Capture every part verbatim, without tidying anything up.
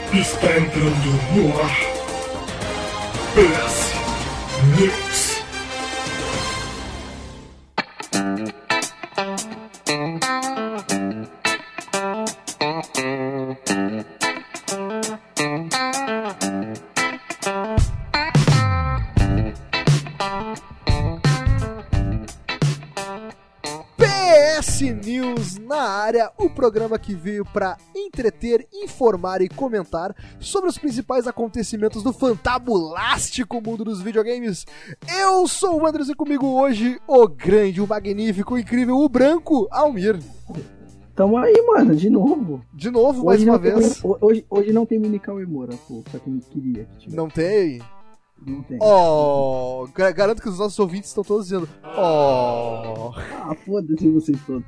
Está entrando no ar. P S News. P S News na área, o programa que veio para entreter, informar e comentar sobre os principais acontecimentos do fantabulástico mundo dos videogames. Eu sou o Andres e comigo hoje o grande, o magnífico, o incrível, o branco Almir. Tamo aí, mano, de novo. De novo, mais hoje uma vez. Tem, hoje, hoje não tem mini Cauê Moura, pô, pra quem queria que tivesse. Não tem? Não tem. Oh, garanto que os nossos ouvintes estão todos dizendo oh. Ah, foda-se vocês todos.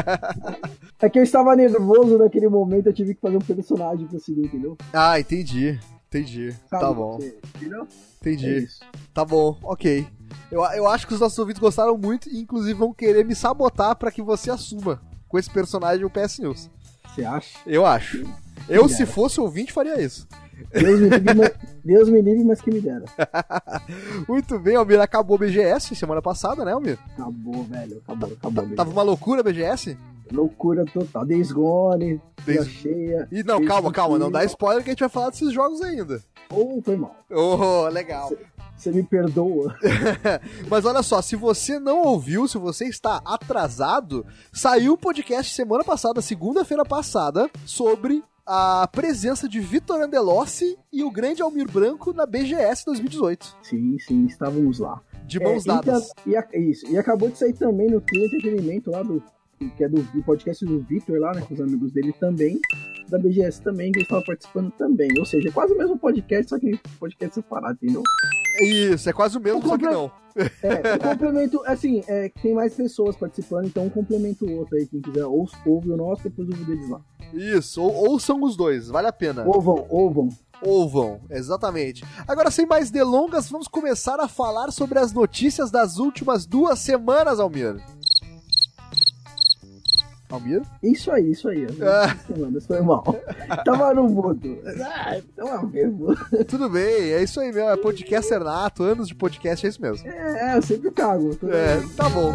É que eu estava nervoso naquele momento, eu tive que fazer um personagem pra seguir, entendeu? Ah, entendi. Entendi. Sabe, tá bom. Você, entendeu? Entendi. É isso. Tá bom, ok. Eu, eu acho que os nossos ouvintes gostaram muito e inclusive vão querer me sabotar pra que você assuma com esse personagem o P S News. Você acha? Eu acho. Eu, se fosse ouvinte, faria isso. Deus me livre, mas, Deus me livre, mas que me dera. Muito bem, Almir, acabou o B G S semana passada, né, Almir? Acabou, velho, acabou, acabou. Tava uma loucura o B G S? Loucura total. Days Gone, Days... cheia. E não, calma, calma, não dá spoiler que a gente vai falar desses jogos ainda. Oh, foi mal. Oh, legal. Você me perdoa. Mas olha só, se você não ouviu, se você está atrasado, saiu um podcast semana passada, segunda-feira passada, sobre a presença de Vitor Andelossi e o grande Almir Branco na B G S dois mil e dezoito. Sim, sim, estávamos lá. De mãos é, dadas. E, a, isso, e acabou de sair também no Trio Entretenimento lá do, que é do, do podcast do Vitor lá, né, com os amigos dele também, da B G S também, que eles estavam participando também. Ou seja, é quase o mesmo podcast, só que podcast separado, entendeu? Isso, é quase o mesmo, um só que não. É, um complemento, assim, é, tem mais pessoas participando, então um complementa o outro aí, quem quiser, ou ouve o nosso, depois ouve o deles lá. Isso, ou, ou são os dois, vale a pena. Ouvam, ouvam. Ouvam, exatamente. Agora, sem mais delongas, vamos começar a falar sobre as notícias das últimas duas semanas, Almir. Almir? Isso aí, isso aí. Ah. Semanas, foi mal. Tava no mudo. Ah, então é o mesmo. Tudo bem, é isso aí mesmo. É podcast nato, anos de podcast, é isso mesmo. É, eu sempre cago. É, tá bom.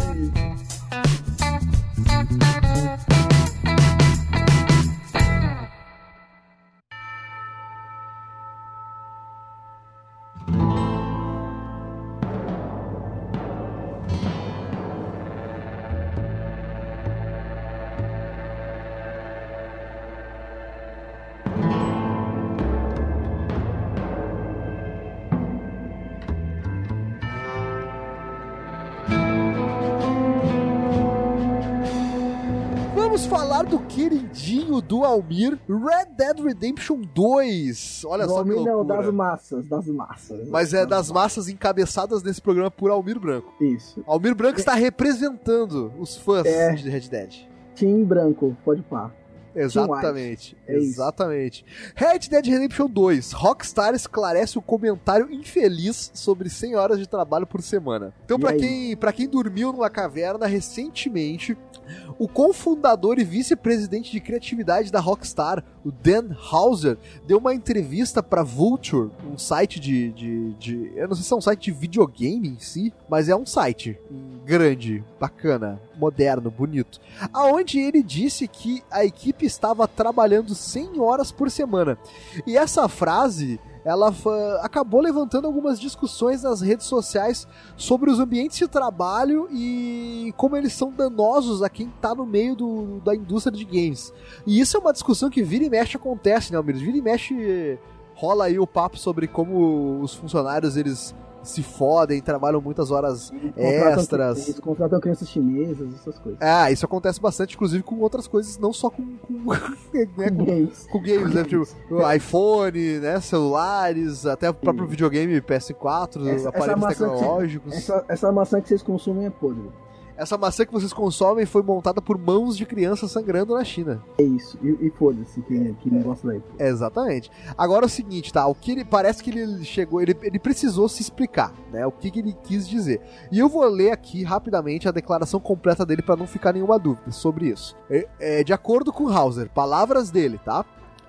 Vamos falar do queridinho do Almir, Red Dead Redemption dois. Olha do só Almir, que loucura. Não, das massas, das massas. Mas é das massas encabeçadas nesse programa por Almir Branco. Isso. Almir Branco está representando os fãs é. de Red Dead. Team Branco, pode pá. Exatamente, é exatamente. Isso. Red Dead Redemption dois. Rockstar esclarece o comentário infeliz sobre cem horas de trabalho por semana. Então, pra quem, pra quem dormiu numa caverna recentemente, o cofundador e vice-presidente de criatividade da Rockstar, o Dan Houser, deu uma entrevista pra Vulture, um site de, de, de... Eu não sei se é um site de videogame em si, mas é um site grande, bacana, moderno, bonito, aonde ele disse que a equipe estava trabalhando cem horas por semana. E essa frase, ela acabou levantando algumas discussões nas redes sociais sobre os ambientes de trabalho e como eles são danosos a quem está no meio do, da indústria de games. E isso é uma discussão que vira e mexe acontece, né, Almir? Vira e mexe, rola aí o papo sobre como os funcionários, eles se fodem, trabalham muitas horas extras. Eles contratam crianças chinesas, essas coisas. Ah, isso acontece bastante, inclusive, com outras coisas, não só com, com, né, com games. Com games, né? Tipo, iPhone, né? Celulares, até o próprio Sim. videogame P S quatro, essa, aparelhos essa tecnológicos. Que, essa, essa maçã que vocês consomem é podre. Essa maçã que vocês consomem foi montada por mãos de crianças sangrando na China. É isso, e, e foda-se quem, quem não gosta daí. Exatamente. Agora é o seguinte, tá? O que ele, parece que ele chegou, ele, ele precisou se explicar, né? O que, que ele quis dizer. E eu vou ler aqui rapidamente a declaração completa dele para não ficar nenhuma dúvida sobre isso. É, é, de acordo com Houser, palavras dele, tá?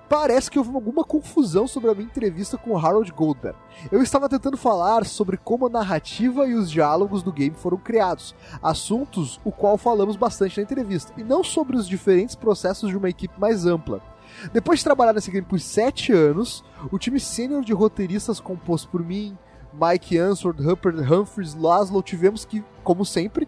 parece que houve alguma confusão sobre a minha entrevista com o Harold Goldberg. Eu estava tentando falar sobre como a narrativa e os diálogos do game foram criados, assuntos o qual falamos bastante na entrevista, e não sobre os diferentes processos de uma equipe mais ampla. Depois de trabalhar nesse game por sete anos, o time sênior de roteiristas composto por mim, Mike Answorth, Rupert Humphries, Laszlo, tivemos que, como sempre,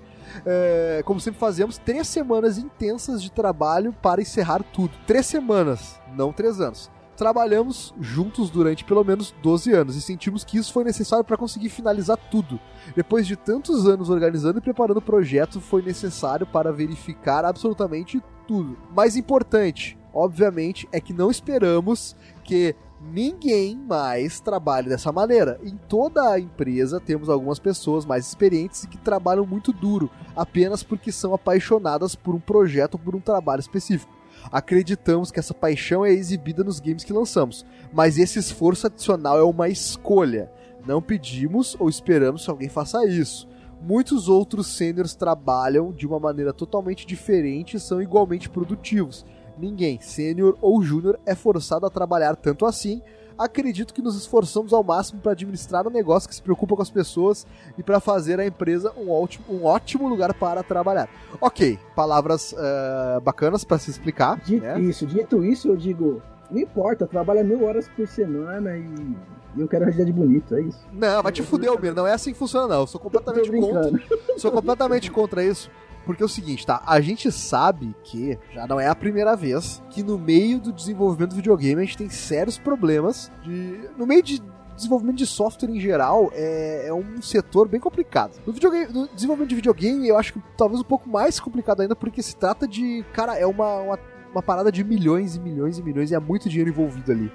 é, como sempre fazemos, três semanas intensas de trabalho para encerrar tudo. Três semanas, não três anos. Trabalhamos juntos durante pelo menos doze anos e sentimos que isso foi necessário para conseguir finalizar tudo. Depois de tantos anos organizando e preparando o projeto, foi necessário para verificar absolutamente tudo. Mais importante, obviamente, é que não esperamos que ninguém mais trabalhe dessa maneira. Em toda a empresa temos algumas pessoas mais experientes e que trabalham muito duro, apenas porque são apaixonadas por um projeto ou por um trabalho específico. Acreditamos que essa paixão é exibida nos games que lançamos, mas esse esforço adicional é uma escolha. Não pedimos ou esperamos que alguém faça isso. Muitos outros sêniors trabalham de uma maneira totalmente diferente e são igualmente produtivos. Ninguém, sênior ou júnior, é forçado a trabalhar tanto assim. Acredito que nos esforçamos ao máximo para administrar um negócio que se preocupa com as pessoas e para fazer a empresa um ótimo, um ótimo lugar para trabalhar. Ok, palavras uh, bacanas para se explicar. Dito, né? Isso, dito isso, eu digo, não importa, trabalha mil horas por semana e eu quero Red Dead bonito, é isso. Não, vai te fuder, Almir, não é assim que funciona não, eu sou completamente contra, sou completamente contra isso. Porque é o seguinte, tá? A gente sabe que já não é a primeira vez que no meio do desenvolvimento do videogame a gente tem sérios problemas de... No meio de desenvolvimento de software em geral é, é um setor bem complicado. No, videogame, no desenvolvimento de videogame eu acho que talvez um pouco mais complicado ainda porque se trata de... Cara, é uma... uma uma parada de milhões e milhões e milhões e há muito dinheiro envolvido ali.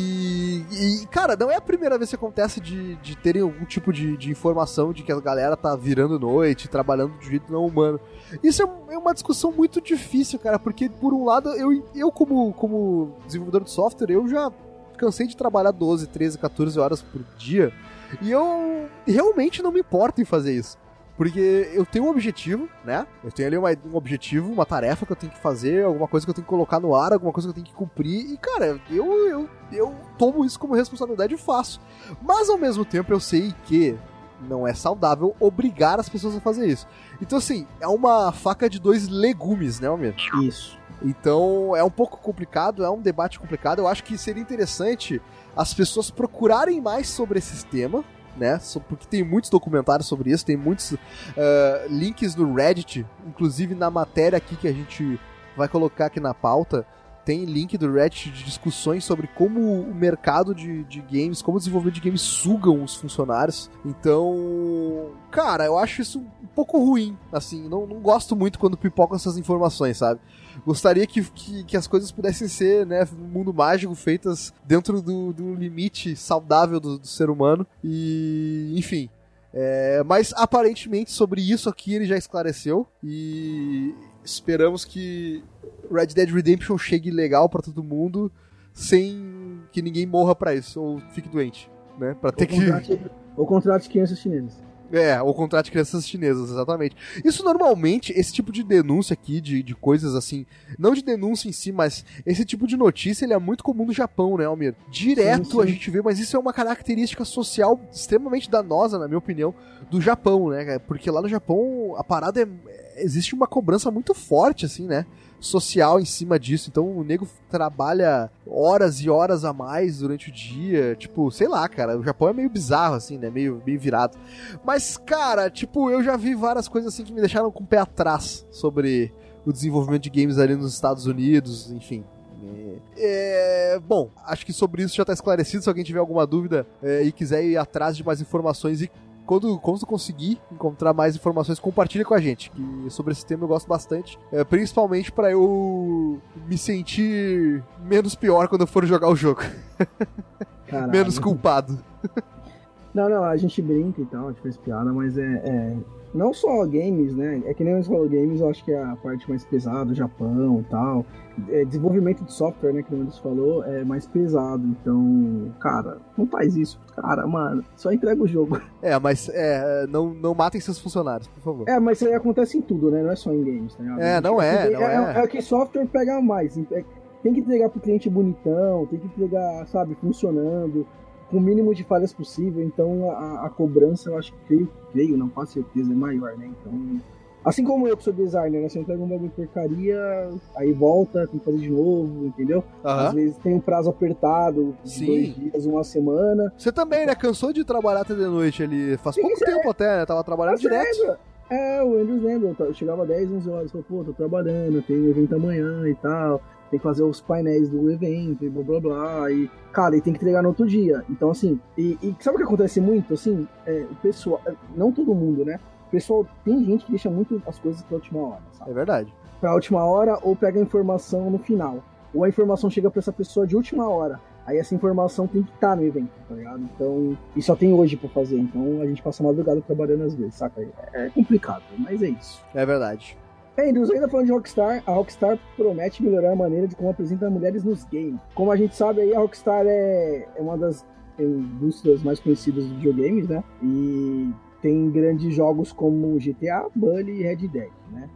E, e cara, não é a primeira vez que acontece de, de terem algum tipo de, de informação de que a galera tá virando noite, trabalhando de jeito não humano. Isso é, é uma discussão muito difícil, cara, porque por um lado, eu, eu como, como desenvolvedor de software, eu já cansei de trabalhar doze, treze, quatorze horas por dia e eu realmente não me importo em fazer isso. Porque eu tenho um objetivo, né? Eu tenho ali uma, um objetivo, uma tarefa que eu tenho que fazer, alguma coisa que eu tenho que colocar no ar, alguma coisa que eu tenho que cumprir. E, cara, eu, eu, eu tomo isso como responsabilidade e faço. Mas, ao mesmo tempo, eu sei que não é saudável obrigar as pessoas a fazer isso. Então, assim, é uma faca de dois legumes, né, Almir? Isso. Então, é um pouco complicado, é um debate complicado. Eu acho que seria interessante as pessoas procurarem mais sobre esse tema, né? Porque tem muitos documentários sobre isso, tem muitos uh, links no Reddit, inclusive na matéria aqui que a gente vai colocar aqui na pauta, tem link do Reddit de discussões sobre como o mercado de, de games, como o desenvolvimento de games sugam os funcionários. Então, cara, eu acho isso um pouco ruim, assim, não, não gosto muito quando pipocam essas informações, sabe? Gostaria que, que, que as coisas pudessem ser, né, um mundo mágico, feitas dentro do, do limite saudável do, do ser humano. E, enfim. É, mas, aparentemente, sobre isso aqui ele já esclareceu. E esperamos que Red Dead Redemption chegue legal pra todo mundo, sem que ninguém morra pra isso, ou fique doente, né? Pra ter que... Ou contrate crianças chinesas. É, ou contrate crianças chinesas, exatamente. Isso normalmente, esse tipo de denúncia aqui, de, de coisas assim, não de denúncia em si, mas esse tipo de notícia, ele é muito comum no Japão, né, Almir? Direto sim, sim. A gente vê, mas isso é uma característica social extremamente danosa, na minha opinião, do Japão, né? Porque lá no Japão, a parada é... existe uma cobrança muito forte, assim, né? Social em cima disso, então o nego trabalha horas e horas a mais durante o dia, tipo, sei lá, cara, o Japão é meio bizarro, assim, né, meio, meio virado, mas, cara, tipo, eu já vi várias coisas assim que me deixaram com o pé atrás sobre o desenvolvimento de games ali nos Estados Unidos, enfim. É, bom, acho que sobre isso já tá esclarecido. Se alguém tiver alguma dúvida é, e quiser ir atrás de mais informações e Quando, quando conseguir encontrar mais informações, compartilha com a gente, que sobre esse tema eu gosto bastante, é, principalmente pra eu me sentir menos pior quando eu for jogar o jogo. Caralho. Menos culpado. Não, não, a gente brinca e tal, a gente faz piada, mas é, é... não só games, né? É que nem os falou games, eu acho que é a parte mais pesada do Japão e tal. É, desenvolvimento de software, né? Que o Mendes falou, é mais pesado. Então, cara, não faz isso. Cara, mano, só entrega o jogo. É, mas é, não, não matem seus funcionários, por favor. É, mas isso aí acontece em tudo, né? Não é só em games, tá ligado? É, não é, não é, é. É, é que software pega mais. É, tem que entregar pro cliente bonitão, tem que entregar, sabe, funcionando, com o mínimo de falhas possível. Então a, a cobrança, eu acho que creio, creio, não com certeza, é maior, né? Então, assim como eu que sou designer, né? Se eu entrego um bagulho de porcaria, aí volta, tem que fazer de novo, entendeu? Uhum. Às vezes tem um prazo apertado, Sim. dois dias, uma semana. Você também, né? Cansou de trabalhar até de noite ali. Faz Sim, pouco é. tempo até, né? Tava trabalhando Mas direto. lembra? É, o Andrews lembra, eu chegava dez, onze horas, falou, pô, tô trabalhando, tem um evento amanhã e tal, tem que fazer os painéis do evento e blá blá blá, e, cara, e tem que entregar no outro dia. Então, assim, e, e sabe o que acontece muito, assim, é, o pessoal, não todo mundo, né, o pessoal, tem gente que deixa muito as coisas pra última hora, sabe? É verdade. Pra última hora, ou pega a informação no final, ou a informação chega pra essa pessoa de última hora. Aí essa informação tem que estar no evento, tá ligado? Então, e só tem hoje pra fazer. Então a gente passa a madrugada trabalhando às vezes, saca? É complicado, mas é isso. É verdade. É, Andrews, ainda falando de Rockstar, a Rockstar promete melhorar a maneira de como apresenta mulheres nos games. Como a gente sabe aí, a Rockstar é, é uma das indústrias mais conhecidas de videogames, né? E tem grandes jogos como G T A, Bully e Red Dead, né?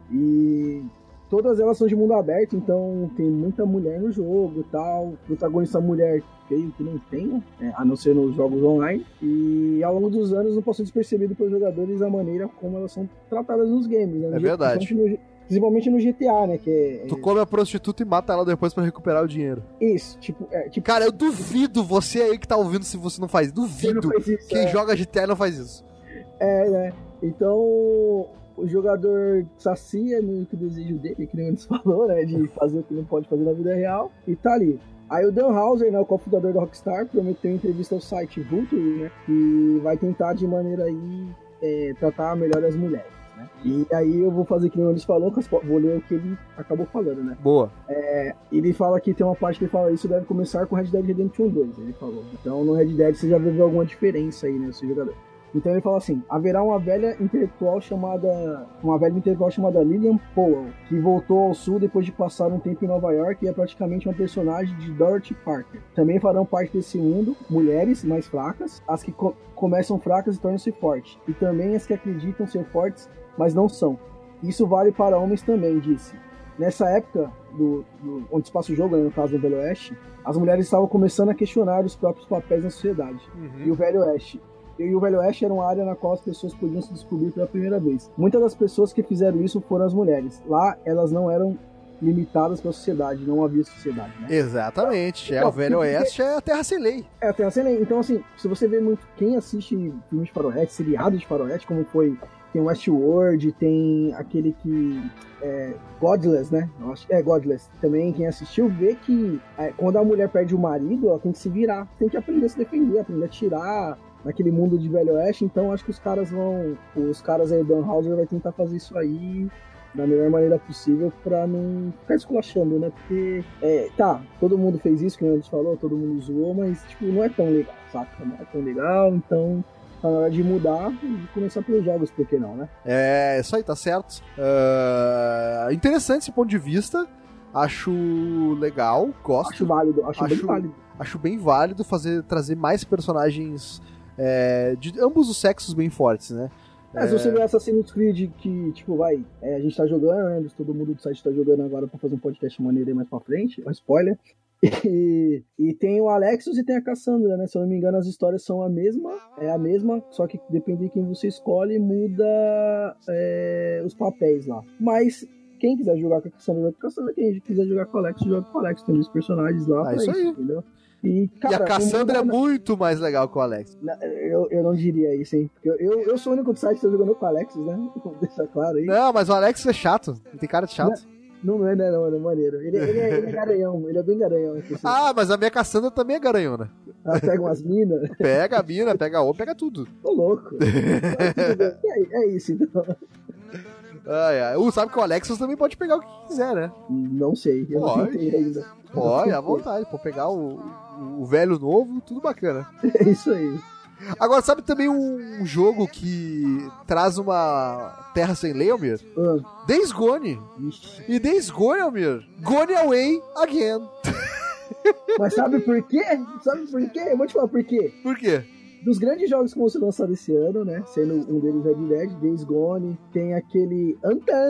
E todas elas são de mundo aberto, então tem muita mulher no jogo e tal. Protagonista mulher, creio que não tem, né? A não ser nos jogos online. E ao longo dos anos não passou despercebido pelos jogadores a maneira como elas são tratadas nos games, né? É verdade. Principalmente no, principalmente no G T A, né? Que é, Tu come a prostituta e mata ela depois pra recuperar o dinheiro. Isso, tipo, é, tipo... Cara, eu duvido você aí que tá ouvindo se você não faz. Duvido. Não faz isso, Quem é. joga G T A não faz isso. É, né? Então... O jogador sacia meio que o desejo dele, que nem eles falou, né? De fazer o que não pode fazer na vida real. E tá ali. Aí o Dan Houser, né, o cofundador da Rockstar, prometeu em entrevista ao site Vulture, né? Que vai tentar de maneira aí é, tratar melhor as mulheres, né? E aí eu vou fazer que nem eles falou, que eu vou ler o que ele acabou falando, né? Boa. É, ele fala que tem uma parte que ele fala isso deve começar com Red Dead Redemption dois, ele falou. Então no Red Dead você já viu alguma diferença aí, né, seu jogador. Então ele fala assim, haverá uma velha intelectual chamada uma velha intelectual chamada Lillian Powell, que voltou ao sul depois de passar um tempo em Nova York e é praticamente uma personagem de Dorothy Parker. Também farão parte desse mundo mulheres mais fracas, as que co- começam fracas e tornam-se fortes, e também as que acreditam ser fortes, mas não são. Isso vale para homens também, disse. Nessa época, do, do, onde se passa o jogo, né, no caso do Velho Oeste, as mulheres estavam começando a questionar os próprios papéis na sociedade. Uhum. E o Velho Oeste E o Velho Oeste era uma área na qual as pessoas podiam se descobrir pela primeira vez. Muitas das pessoas que fizeram isso foram as mulheres. Lá, elas não eram limitadas pela sociedade, não havia sociedade, né? Exatamente. É, Não, o Velho porque- Oeste é a terra sem lei. É, tem a cena. Então, assim, se você vê muito quem assiste filmes de faroeste, seriado de faroeste, como foi, tem Westworld, tem aquele que é Godless, né? Eu acho- É, Godless. Também, quem assistiu, vê que é, quando a mulher perde o marido, ela tem que se virar, tem que aprender a se defender, aprender a tirar naquele mundo de Velho Oeste. Então, acho que os caras vão, os caras aí, o Dan Houser vai tentar fazer isso aí da melhor maneira possível pra não ficar esculachando, né? Porque, é, tá, todo mundo fez isso, que a gente falou, todo mundo zoou, mas, tipo, não é tão legal, saca? Não é tão legal, então tá na hora de mudar e começar pelos jogos, por que não, né? É, isso aí, tá certo. Ah, interessante esse ponto de vista. Acho legal, gosto. Acho válido, acho, Acho- bem válido. Acho bem válido fazer, trazer mais personagens é, de ambos os sexos bem fortes, né? É, se você vê Assassin's Creed que, tipo, vai, é, a gente tá jogando, né? Todo mundo do site tá jogando agora pra fazer um podcast maneiro aí mais pra frente, um spoiler. E, e tem o Alexis e tem a Cassandra, né? Se eu não me engano, as histórias são a mesma, é a mesma, só que depende de quem você escolhe, muda é, os papéis lá. Mas quem quiser jogar com a Cassandra, joga com a Cassandra. Quem quiser jogar com o Alexis, joga com o Alexis. Tem dois personagens lá. Ah, pra isso aí. entendeu? E, cara, e a Cassandra é não- muito mais legal que o Alex. não- eu, eu não diria isso, hein? Porque eu, eu, eu sou o único do site que tá jogando com o Alexis, né? Vou deixar claro aí. Não, mas o Alex é chato. Tem cara de chato. Não, não é, não, não, é maneiro. Ele, ele, é, ele é garanhão, ele é bem garanhão. Assim. Ah, mas a minha Cassandra também é garanhona. Ela pega umas minas. Pega a mina, pega a outra, pega tudo. Tô louco. Mas tudo bem. É, é isso, então. Ai, ai. Uh, sabe que o Alexis também pode pegar o que quiser, né? Não sei, eu não Pode. tentei ainda. Pode, à vontade. Pode pegar o, o velho novo, tudo bacana. É isso aí. Agora, sabe também um jogo que traz uma terra sem lei, Almir? Ah, Days Gone. ixi. E Days Gone, Almir. Gone away again. Mas sabe por quê? Sabe por quê? Eu vou te falar por quê. Por quê? Dos grandes jogos que vão ser lançados esse ano, né? Sendo um deles Red Dead, Days Gone, tem aquele Untan,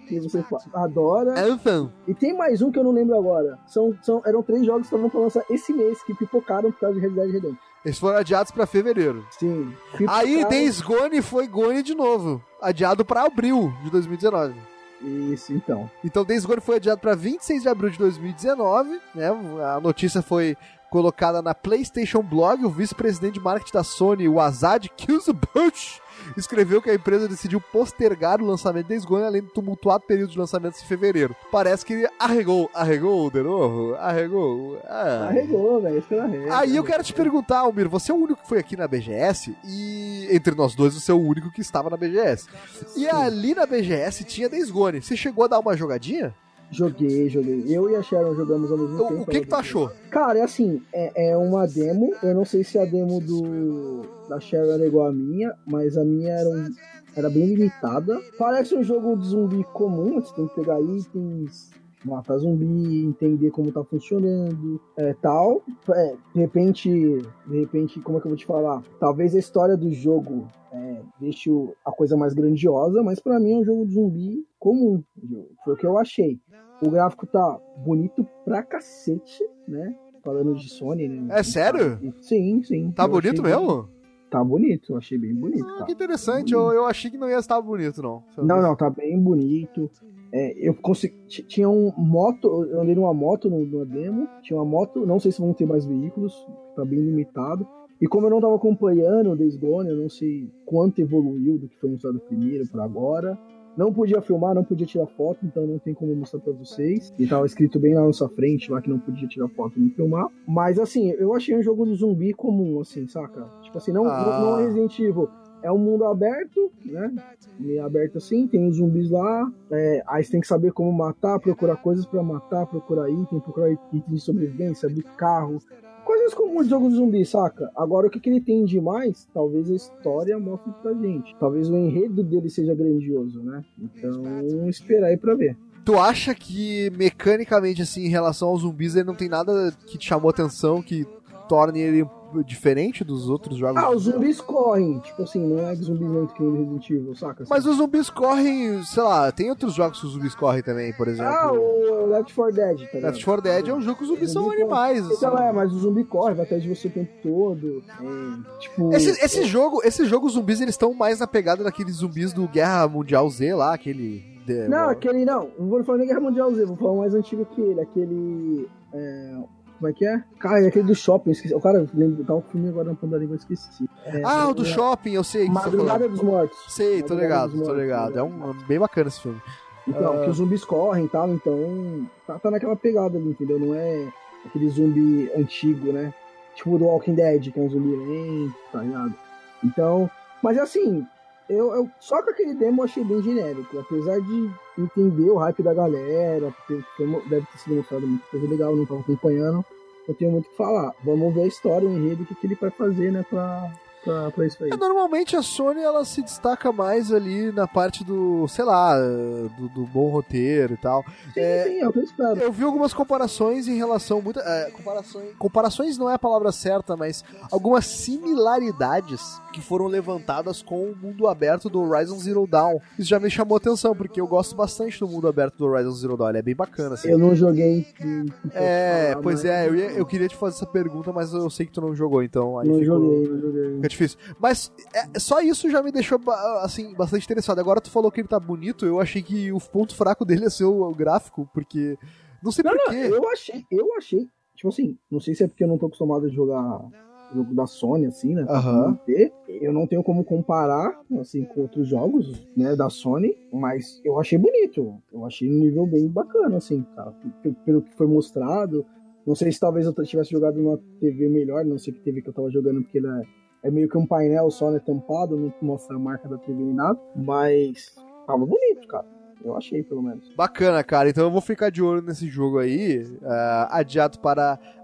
que você fa- adora. Anthem. E tem mais um que eu não lembro agora. São, são, eram três jogos que estavam pra lançar esse mês, que pipocaram por causa de Red Dead Redemption. Eles foram adiados pra fevereiro. Sim. Aí pipocaram- Days Gone foi Gone de novo. Adiado pra abril de dois mil e dezenove. Isso, então. Então Days Gone foi adiado pra vinte e seis de abril de dois mil e dezenove. Né? A notícia foi colocada na PlayStation Blog. O vice-presidente de marketing da Sony, o Azad Kuzubush, escreveu que a empresa decidiu postergar o lançamento de Days Gone, além do tumultuado período de lançamentos em fevereiro. Parece que ele arregou, arregou de novo, arregou. Ah. Arregou, velho. Isso era regra. Aí eu quero te perguntar, Almir, você é o único que foi aqui na B G S e entre nós dois você é o único que estava na B G S. E ali na B G S tinha Days Gone. Você chegou a dar uma jogadinha? Joguei, joguei. Eu e a Sharon jogamos ao mesmo O, tempo. o que que tu achou? Cara, é assim, é, é uma demo. Eu não sei se a demo do da Sharon era igual a minha, mas a minha era, um, era bem limitada. Parece um jogo de zumbi comum, você tem que pegar itens, matar zumbi, entender como tá funcionando, é, tal. É, de repente, de repente, como é que eu vou te falar? Talvez a história do jogo é, deixe o- a coisa mais grandiosa, mas pra mim é um jogo de zumbi comum. Foi o que eu achei. O gráfico tá bonito pra cacete, né? Falando de Sony, né? É sério? Sim, sim. Tá Eu bonito achei mesmo? bem- Tá bonito, eu achei bem bonito. Ah, Tá. que interessante, eu, eu achei que não ia estar bonito, não. Não, não, tá bem bonito. É, eu consegui. t- Tinha um moto, eu andei numa moto no, numa demo. Tinha uma moto, não sei se vão ter mais veículos, tá bem limitado. E como eu não tava acompanhando o Days Gone, eu não sei quanto evoluiu do que foi mostrado primeiro pra agora. Não podia filmar, não podia tirar foto, então não tem como mostrar pra vocês. E tava escrito bem lá na nossa frente, lá que não podia tirar foto nem filmar. Mas assim, eu achei um jogo de zumbi comum, assim, saca? Tipo assim, não, Ah. não, não é Resident Evil. É um mundo aberto, né? Meio aberto assim, tem os zumbis lá. É, aí você tem que saber como matar, procurar coisas pra matar, procurar item, procurar itens de sobrevivência, abrir carro. Coisas comuns de jogo de zumbi, saca? Agora, o que, que ele tem de mais, talvez a história mostre pra gente. Talvez o enredo dele seja grandioso, né? Então, esperar aí pra ver. Tu acha que, mecanicamente, assim, em relação aos zumbis, ele não tem nada que te chamou atenção, que torne ele diferente dos outros jogos? Ah, os zumbis correm. Tipo assim, não é zumbi lento que nem Resident Evil, saca? Mas os zumbis correm, sei lá, tem outros jogos que os zumbis correm também, por exemplo. Ah, o Left four Dead, tá ligado? Left four Dead é um jogo que os zumbis são Zumbi corre. animais. assim. Então é, mas o zumbi corre, vai atrás de você o tempo todo. É, tipo. Esse, esse jogo, esse jogo, os zumbis, eles estão mais na pegada daqueles zumbis do Guerra Mundial Z lá, aquele... The- Não, aquele não. Não vou falar nem Guerra Mundial Z, vou falar o mais antigo que ele. Aquele. É, como é que é? Cara, é aquele do shopping, eu esqueci. O cara lembra, tá um filme agora na ponta da língua, eu esqueci. É, Ah, o do é, shopping, eu sei. que você tá Madrugada falando. dos Mortos. Sei, tô Madrugada ligado, dos tô Mortos, ligado. É um é bem bacana esse filme. Então, Ah. que os zumbis correm e tal, então. Tá, tá naquela pegada ali, entendeu? Não é aquele zumbi antigo, né? Tipo do Walking Dead, que é um zumbi lento, tá ligado? Então. Mas assim. Eu, eu, só que aquele demo eu achei bem genérico, apesar de entender o hype da galera, porque foi mo- deve ter sido mostrado muita coisa legal, eu não tava acompanhando, eu tenho muito o que falar. Vamos ver a história, o enredo, o que, que ele vai fazer, né, pra, pra, pra isso aí. É, normalmente a Sony ela se destaca mais ali na parte do, sei lá, do, do bom roteiro e tal. Sim, é, sim, é o que eu espero. Eu vi algumas comparações em relação muita, é, comparações, comparações não é a palavra certa, mas algumas similaridades que foram levantadas com o mundo aberto do Horizon Zero Dawn. Isso já me chamou atenção, porque eu gosto bastante do mundo aberto do Horizon Zero Dawn, ele é bem bacana, assim. Eu não joguei. não posso É, falar, pois mas- é, eu, ia- eu queria te fazer essa pergunta, mas eu sei que tu não jogou, então aí Não ficou- joguei, não joguei. fica difícil. Mas é, só isso já me deixou ba- assim, bastante interessado. Agora tu falou que ele tá bonito, eu achei que o ponto fraco dele ia ser o, o gráfico, porque... Não sei Não, não, porquê. eu achei, eu achei, tipo assim, não sei se é porque eu não tô acostumado a jogar jogo da Sony, assim, né? pra Aham. manter. Eu não tenho como comparar, assim, com outros jogos, né, da Sony, mas eu achei bonito. Eu achei um nível bem bacana, assim, cara, pelo, pelo que foi mostrado. Não sei se talvez eu tivesse jogado numa T V melhor, não sei que T V que eu tava jogando, porque ele é, é meio que um painel só, né, tampado, não mostra a marca da T V nem nada, mas tava bonito, cara. Eu achei, pelo menos. Bacana, cara. Então eu vou ficar de olho nesse jogo aí, ah, adiado para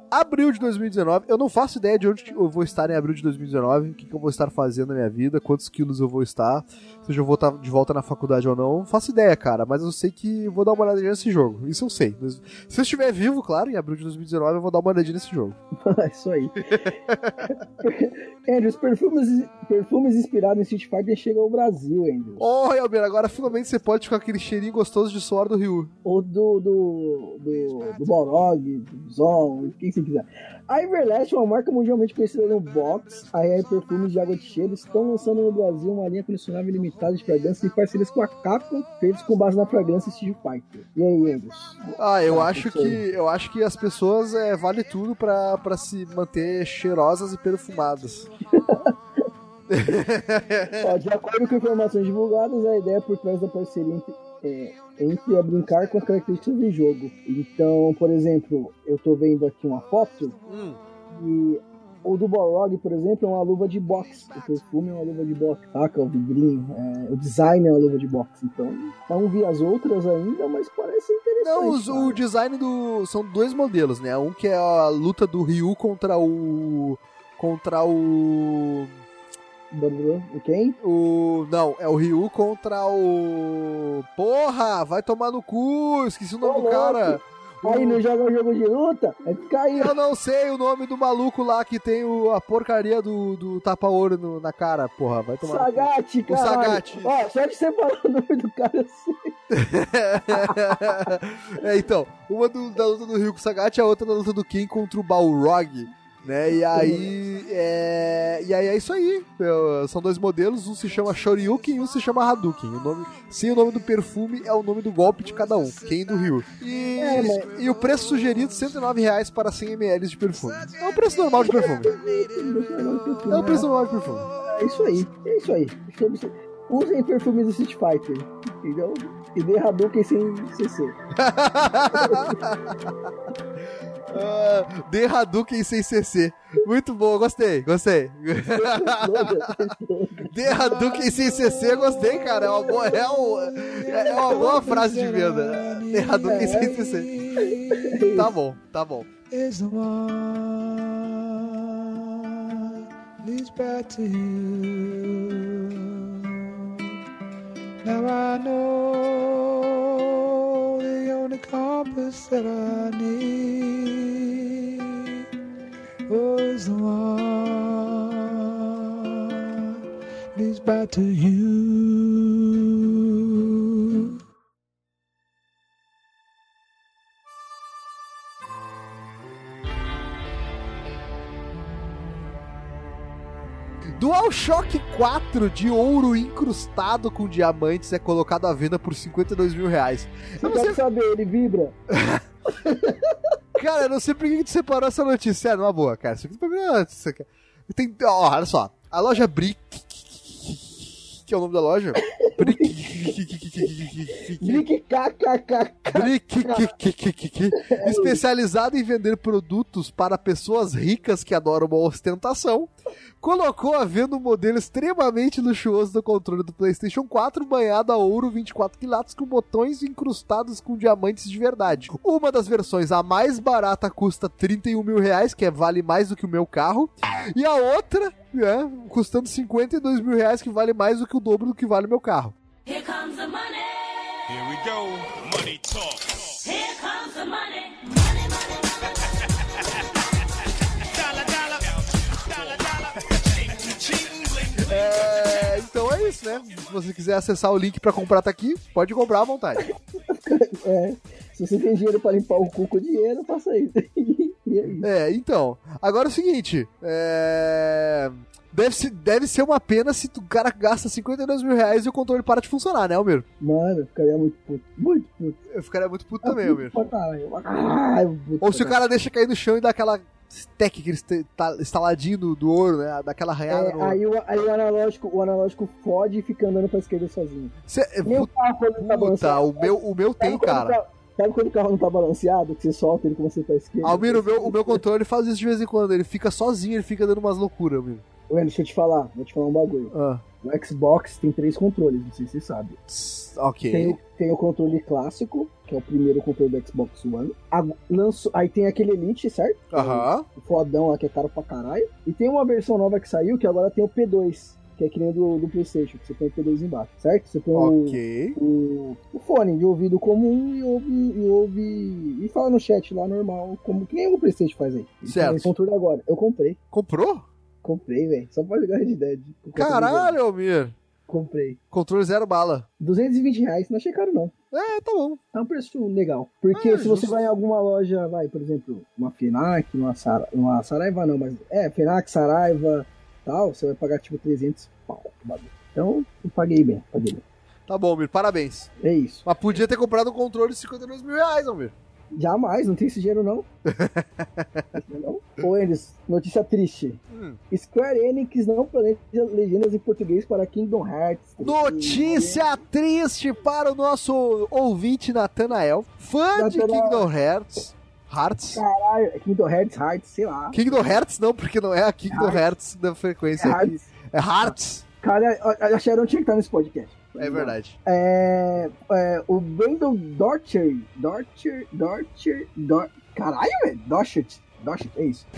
abril de dois mil e dezenove. Eu não faço ideia de onde eu vou estar em abril de dois mil e dezenove, o que, que eu vou estar fazendo na minha vida, quantos quilos eu vou estar, se eu vou estar de volta na faculdade ou não. Não faço ideia, cara, mas eu sei que vou dar uma olhadinha nesse jogo. Isso eu sei. Se eu estiver vivo, claro, em abril de dois mil e dezenove, eu vou dar uma olhadinha nesse jogo. É isso aí. Andrew, os perfumes, perfumes inspirados em Street Fighter chegam ao Brasil, Andrew. Oh, Elber, agora finalmente você pode ficar com aquele cheirinho gostoso de suor do Ryu. Ou do, do, do, do Balrog, do Zon, quem você quiser. A Everlast, uma marca mundialmente conhecida no box, a Air Perfumes de água de cheiro, estão lançando no Brasil uma linha colecionável limitada de fragrâncias em parcerias com a Capcom, feitos com base na fragrância Street Fighter. E aí, Andrews? Ah, eu acho que eu acho que as pessoas é, vale tudo pra, pra se manter cheirosas e perfumadas. Ó, de acordo com informações divulgadas, a ideia por trás da parceria entre, é, entre a brincar com as características do jogo. Então, por exemplo, eu tô vendo aqui uma foto hum. e o do Balrog, por exemplo, é uma luva de boxe. O perfume é uma luva de boxe, saca? O vidrinho, é, o design é uma luva de boxe. Então, não vi as outras ainda, mas parece interessante. Não, os, o design do... São dois modelos, né? Um que é a luta do Ryu contra o... Contra o... O quem? O... Não, é o Ryu contra o... Porra! Vai tomar no cu! Esqueci o nome Ô, do cara! Aí não joga um jogo de luta? É ficar aí. Eu não sei o nome do maluco lá que tem o, a porcaria do, do tapa-ouro no, na cara, porra. Vai tomar. Sagat, cara. O Sagat. Ó, só de você falar o nome do cara, eu sei. É, então, uma do, da luta do Ryu com o Sagat e a outra da luta do Ken contra o Balrog. Né? E aí é... E aí é isso aí. São dois modelos, um se chama Shoryuken e um se chama Hadouken. O nome... Sim, o nome do perfume é o nome do golpe de cada um, Ken do Ryu. E... É, mas... e o preço sugerido, cento e nove reais para cem mililitros de perfume. É um preço normal de perfume. É um preço normal de perfume. É isso aí, é isso aí. Usem perfumes do Street Fighter, entendeu? E dê Hadouken sem C C. Uh, The Hadouken sem C C. Muito bom, gostei, gostei. The Hadouken sem C C, gostei, cara. É uma boa, é uma, é uma boa frase de venda. The Hadouken sem C C. Tá bom, tá bom. Now I know the only compass that I need was the one leads back to you. DualShock quatro de ouro incrustado com diamantes é colocado à venda por cinquenta e dois mil reais. Você quer sei... saber, ele vibra. Cara, eu não sei por que tu separou essa notícia. É, numa boa, cara. Isso aqui pra mim é notícia. Tem... Ó, olha só. A loja Brick, que é o nome da loja? Brick... Brick KKK. Brick especializado em vender produtos para pessoas ricas que adoram uma ostentação, colocou à venda um modelo extremamente luxuoso do controle do PlayStation quatro banhado a ouro vinte e quatro quilates com botões incrustados com diamantes de verdade. Uma das versões, a mais barata, custa trinta e um mil reais, que é, vale mais do que o meu carro, e a outra, é, custando cinquenta e dois mil reais, que vale mais do que o dobro do que vale o meu carro. Here comes the money. Here we go. Money talk. Here comes the money. Money, money, money. Dollar, dollar. Dollar, dollar. É, então é isso, né? Se você quiser acessar o link pra comprar, tá aqui. Pode comprar à vontade. É, se você tem dinheiro pra limpar o cu com dinheiro, faça isso. É, então. Agora é o seguinte. É... Deve ser, deve ser uma pena se o cara gasta cinquenta e dois mil reais e o controle para de funcionar, né, Almir? Mano, eu ficaria muito puto. Muito puto. Eu ficaria muito puto também, Almir. Ah, Ou se o cara deixa cair no chão e dá aquela stack, aquele estaladinho do, do ouro, né? Daquela arranhada é, no aí, o, aí o analógico, o analógico fode e fica andando pra esquerda sozinho. Cê, Meu puta, carro quando tá balanceado. o meu, o meu tem, cara. Tá, sabe quando o carro não tá balanceado, que você solta ele como você pra esquerda? Almir, o meu, o meu controle faz isso de vez em quando. Ele fica sozinho, ele fica dando umas loucuras, Almir. Ué, deixa eu te falar, vou te falar um bagulho. Ah. O Xbox tem três controles, não sei se você sabe. Ok. Tem, tem o controle clássico, que é o primeiro controle do Xbox One. A, lançou, aí tem aquele Elite, certo? Aham. O fodão lá que é caro pra caralho. E tem uma versão nova que saiu, que agora tem o P dois, que é que nem do, do PlayStation, que você põe o P dois embaixo, certo? Você põe Ok. o, o, o fone de ouvido comum e ouve, e ouve e fala no chat lá normal, como que nem o PlayStation faz aí. Certo. Esse controle agora. Eu comprei. Comprou? Comprei, velho. Só pra jogar Red Dead. Caralho, Almir. Comprei. Controle zero bala. duzentos e vinte reais, não achei caro não. É, tá bom. É um preço legal. Porque É, se você justo. vai em alguma loja, vai, por exemplo, uma Fenac, uma, Sara, uma Saraiva não, mas é, Fenac, Saraiva, tal, você vai pagar tipo trezentos pau. Então, eu paguei bem, paguei bem. Tá bom, Almir, parabéns. É isso. Mas podia ter comprado um controle de cinquenta e dois mil reais, Almir. Jamais, não tem esse dinheiro não. não. Ô, Enes, notícia triste. Hum. Square Enix não planeja legendas em português para Kingdom Hearts. Notícia triste para o nosso ouvinte Nathanael, fã de Nathanael. Kingdom Hearts. Hearts? Caralho, é Kingdom Hearts, Hearts, sei lá. Kingdom Hearts não, porque não é a Kingdom Hearts. Hearts da frequência É aqui. Hearts. É Hearts. Cara, a Sharon tinha que estar nesse podcast. É verdade. É, é, o Brandon Dorcher, Dorcher, Dorcher, Dor... Caralho, velho, Dorcher, Dorcher, é isso.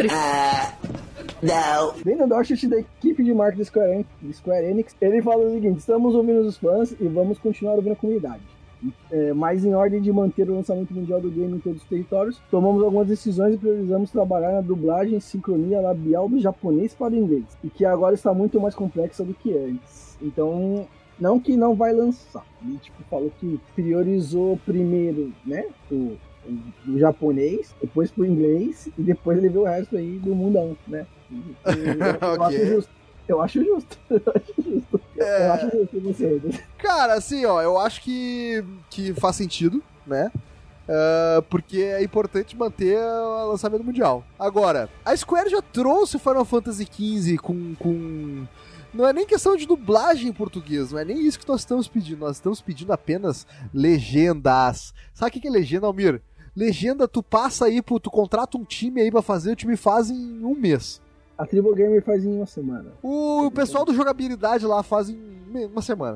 Não. Brandon Dorcher da equipe de marketing do Square Enix, do Square Enix, ele fala o seguinte: estamos ouvindo os fãs e vamos continuar ouvindo a comunidade. É, mas em ordem de manter o lançamento mundial do game em todos os territórios, tomamos algumas decisões e priorizamos trabalhar na dublagem e sincronia labial do japonês para o inglês, e que agora está muito mais complexa do que antes. Então, não que não vai lançar, ele tipo, falou que priorizou primeiro, né, o, o, o japonês, depois pro inglês, e depois ele viu o resto aí do mundão, né. E, eu, eu Ok. acho justo. Eu acho justo. Eu acho justo. É. Eu acho justo você. Cara, assim, ó, eu acho que, que faz sentido, né? Uh, porque é importante manter o lançamento mundial. Agora, a Square já trouxe Final Fantasy quinze com, com... Não é nem questão de dublagem em português, não é nem isso que nós estamos pedindo. Nós estamos pedindo apenas legendas. Sabe o que é legenda, Almir? Legenda, tu passa aí, tu contrata um time aí pra fazer, o time faz em um mês. A Tribo Gamer faz em uma semana. O pessoal do jogabilidade lá faz em uma semana.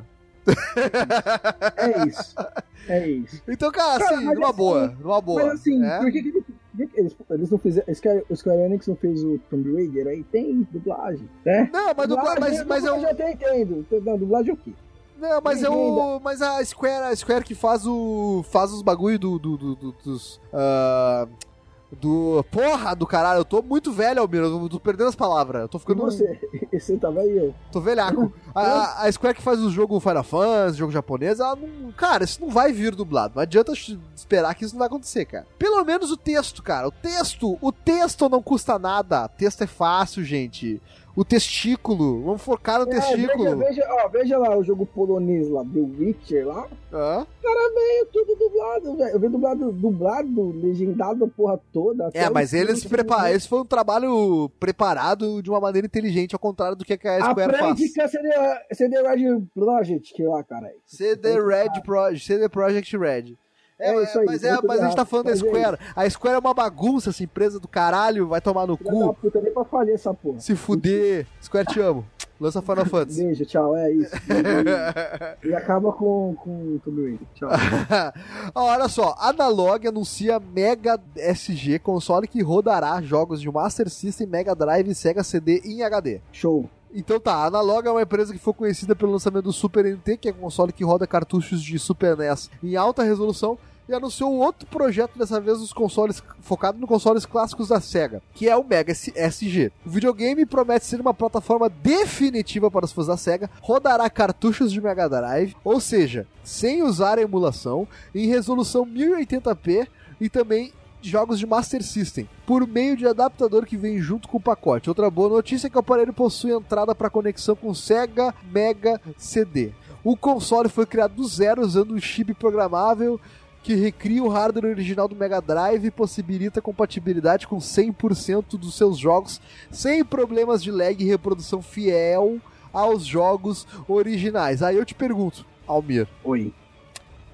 É isso. É isso. Então, cara, Cara, assim, mas numa assim- boa, numa boa. Mas assim, é? por que, que, por que eles, eles não fizeram. Square, o Square Enix não fez o Tomb Raider aí? Tem dublagem, né? Não, mas, dubla, mas, mas é eu um... já até entendo. Não, dublagem é o quê? Não, mas é o. Mas a Square, a Square que faz o. faz os bagulho do. do, do, do dos. ah, do. Porra do caralho, eu tô muito velho, Almir, eu tô perdendo as palavras. Eu tô E ficando. você? Você tava aí, eu. Tô velhaco. A, a Square que faz o jogo Final Fantasy, jogo japonês, ela não. Cara, isso não vai vir dublado. Não adianta esperar que isso não vai acontecer, cara. Pelo menos o texto, cara. O texto, o texto não custa nada. O texto é fácil, gente. O testículo. Vamos focar no É, testículo. veja, veja, ó, veja lá o jogo polonês lá, The Witcher lá. Hã? Cara, veio tudo dublado, velho. Eu vi dublado, dublado, legendado a porra toda. É, até mas o- eles se prepararam. Esse foi um trabalho preparado de uma maneira inteligente, ao contrário do que a Square faz. Aprende com a C D, C D Red Project, que lá, cara. C D Red Project, C D Project Red. É, É isso aí, mas, tá é, tudo mas a gente tá errado, falando da mas é Square. A Square é uma bagunça, essa empresa do caralho, vai tomar no Filha da cu, puta, nem pra fazer essa porra. se fuder. Square, te amo. Lança Final Fantasy. Beijo, tchau, é isso. E acaba com, com tudo isso. Tchau. Ó, olha só, Analog anuncia Mega S G, console que rodará jogos de Master System, Mega Drive e Sega C D em H D. Show. Então tá, a Analog é uma empresa que foi conhecida pelo lançamento do Super N T, que é um console que roda cartuchos de Super N E S em alta resolução, e anunciou outro projeto, dessa vez os consoles focado nos consoles clássicos da Sega, que é o Mega S G. O videogame promete ser uma plataforma definitiva para os fãs da Sega, rodará cartuchos de Mega Drive, ou seja, sem usar a emulação, em resolução mil e oitenta p e também jogos de Master System, por meio de adaptador que vem junto com o pacote. Outra boa notícia é que o aparelho possui entrada para conexão com Sega Mega C D. O console foi criado do zero usando um chip programável que recria o hardware original do Mega Drive e possibilita compatibilidade com cem por cento dos seus jogos sem problemas de lag e reprodução fiel aos jogos originais. Aí eu te pergunto, Almir, Oi.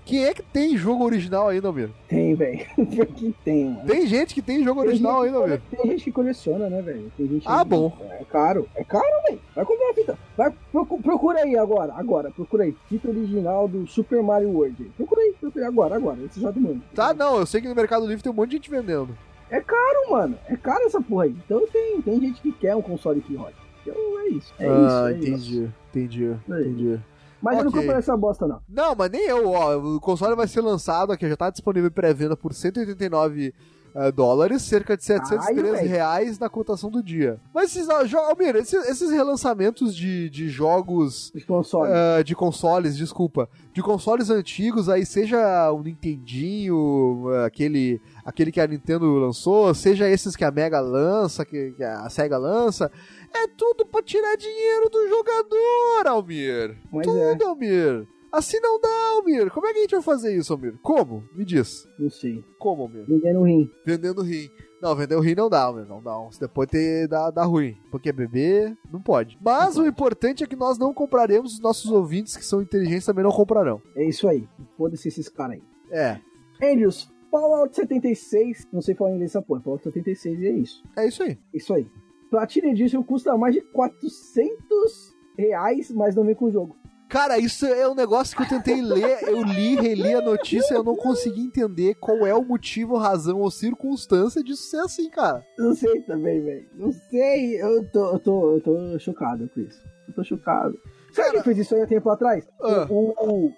Quem é que tem jogo original ainda, Almir? Tem, velho. Porque tem, mano. Tem gente que tem jogo Tem original gente ainda, que- Almir. Tem gente que coleciona, né, velho? Tem gente Ah, que- bom. É caro. É caro, velho. Vai comprar uma fita. Vai, procu- procura aí agora. Agora, procura aí. Fita original do Super Mario World. Procura aí, procura aí agora, agora. Esse já do mundo. Tá, não, eu sei que no Mercado Livre tem um monte de gente vendendo. É caro, mano. É caro essa porra aí. Então tem, tem gente que quer um console que roda. Então é isso. É ah, isso. É entendi, isso. entendi, Aí. entendi. Mas eu não Ok. comprei essa bosta, não. Não, mas nem eu, ó. O console vai ser lançado aqui, já tá disponível em pré-venda por cento e oitenta e nove eh, dólares, cerca de setecentos e três Ai, velho. reais na cotação do dia. Mas esses, ó, jo- Almir, esses, esses relançamentos de, de jogos Os consoles. ah, de consoles, desculpa, de consoles antigos aí, seja o Nintendinho, ah, aquele, aquele que a Nintendo lançou, seja esses que a Mega lança, que, que a Sega lança, é tudo pra tirar dinheiro do jogador, Almir. Mas tudo, é. Almir. Assim não dá, Almir. Como é que a gente vai fazer isso, Almir? Como? Me diz. Não sei. Como, Almir? Vendendo rim. Vendendo rim. Não, vender o rim não dá, Almir. Não dá. Se depois ter, dá, dá ruim. Porque beber, não pode. Mas o importante é que nós não compraremos, os nossos ouvintes que são inteligentes também não comprarão. É isso aí. Foda-se esses caras aí. É. Andrews, Fallout setenta e seis. Não sei falar inglês essa porra. Fallout setenta e seis e é isso. É isso aí. Isso aí. Platina Edition custa mais de quatrocentos reais, mas não vem com o jogo. Cara, isso é um negócio que eu tentei ler, eu li, reli a notícia e eu não consegui entender qual é o motivo, razão ou circunstância disso ser assim, cara. Não sei também, velho. Não sei. Eu tô, eu tô, eu tô chocado com isso. Eu tô chocado. Sabe Cara, quem fez isso aí há tempo atrás? Ah. O, o,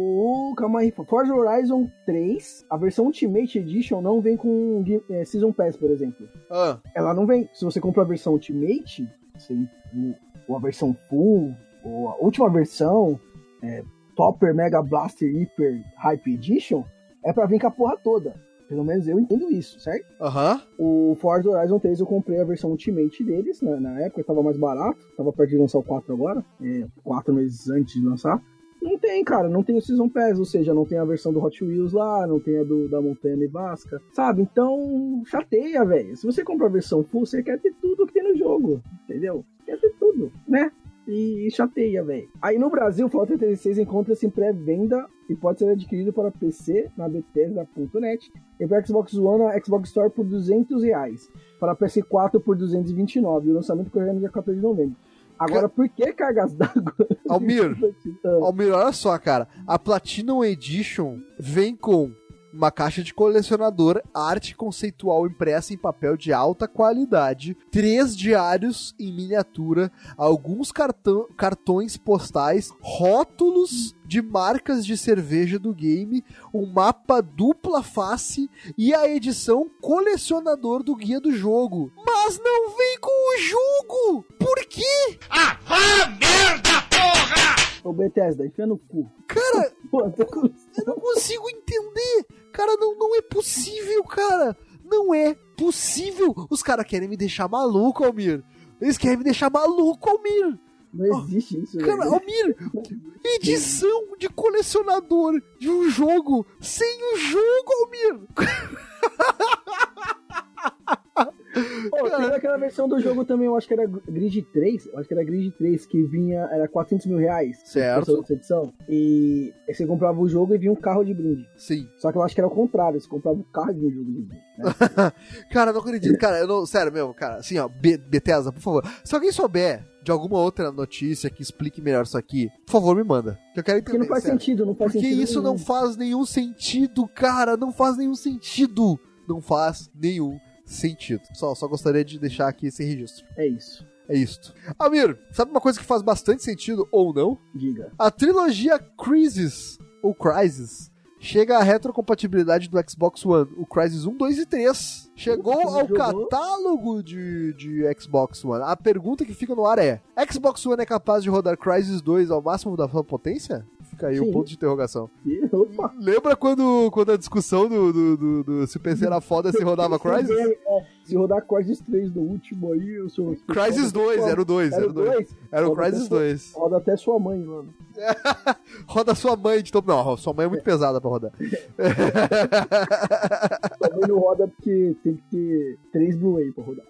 o. Calma aí. Forza Horizon três, a versão Ultimate Edition não vem com é, Season Pass, por exemplo. Ah, Ela não vem. Se você comprar a versão Ultimate, você, ou a versão Full, ou a última versão, é, Topper Mega Blaster Hyper Hype Edition, é pra vir com a porra toda. Pelo menos eu entendo isso, certo? aham. O Forza Horizon três eu comprei a versão Ultimate deles, né, na época tava mais barato, tava perto de lançar o quatro agora, é, quatro meses antes de lançar. Não tem, cara, não tem o Season Pass, ou seja, não tem a versão do Hot Wheels lá, não tem a do, da Montanha Nevasca, sabe? Então, chateia, velho. Se você compra a versão full, você quer ter tudo que tem no jogo, entendeu? Quer ter tudo, né? E chateia, velho. Aí no Brasil, o Fallout setenta e seis encontra-se em pré-venda e pode ser adquirido para P C na Bethesda ponto net e para Xbox One na Xbox Store por duzentos reais, para P S quatro por duzentos e vinte e nove, e o lançamento ocorreu no dia quatorze de novembro. Agora, por que cargas d'água? Almir, Almir, olha só, cara. A Platinum Edition vem com uma caixa de colecionador, arte conceitual impressa em papel de alta qualidade, três diários em miniatura, alguns cartão, cartões postais, rótulos de marcas de cerveja do game, um mapa dupla face e a edição colecionador do guia do jogo. Mas não vem com o jogo! Por quê? Ah, vá merda, porra! Ô, Bethesda, enfia no cu. Cara, Pô, tô com- eu não consigo entender. Cara, não, não é possível, cara. Não é possível. Os caras querem me deixar maluco, Almir. Eles querem me deixar maluco, Almir. Não existe isso, Cara, velho. Almir, edição de colecionador de um jogo sem o jogo, Almir. Pô, teve aquela versão do jogo também, eu acho que era Grid três, eu acho que era Grid três, que vinha, era quatrocentos mil reais. Certo. Essa edição. E aí você comprava o jogo e vinha um carro de brinde. Sim. Só que eu acho que era o contrário, você comprava o carro e vinha o jogo de brinde. Né? Cara, não acredito. Cara, eu não... Sério mesmo, cara. Assim, ó, Be- Bethesda, por favor. Se alguém souber de alguma outra notícia que explique melhor isso aqui, por favor, me manda. Que eu quero entender. Porque não faz sério. sentido, não faz Porque sentido. isso nenhum. não faz nenhum sentido, cara. Não faz nenhum sentido. Não faz nenhum sentido. Só, só gostaria de deixar aqui esse registro. É isso. É isto. Amir, sabe uma coisa que faz bastante sentido ou não? Diga. A trilogia Crysis, ou Crysis, chega à retrocompatibilidade do Xbox One. O Crysis um, dois e três. Chegou Você ao jogou? catálogo de, de Xbox One. A pergunta que fica no ar é: Xbox One é capaz de rodar Crysis dois ao máximo da sua potência? Fica aí o Sim. ponto de interrogação. E, opa. Lembra quando, quando a discussão do, do, do, do se o P C era foda se rodava Crysis? É, se rodar Crysis três no último aí, eu sou... Crysis dois, era o dois, Era o dois? Era o Roda Crysis até sua- dois. Roda até sua mãe, mano. Roda sua mãe de topo. Não, sua mãe é muito pesada pra rodar. Sua mãe não roda porque tem que ter três Blu-ray pra rodar.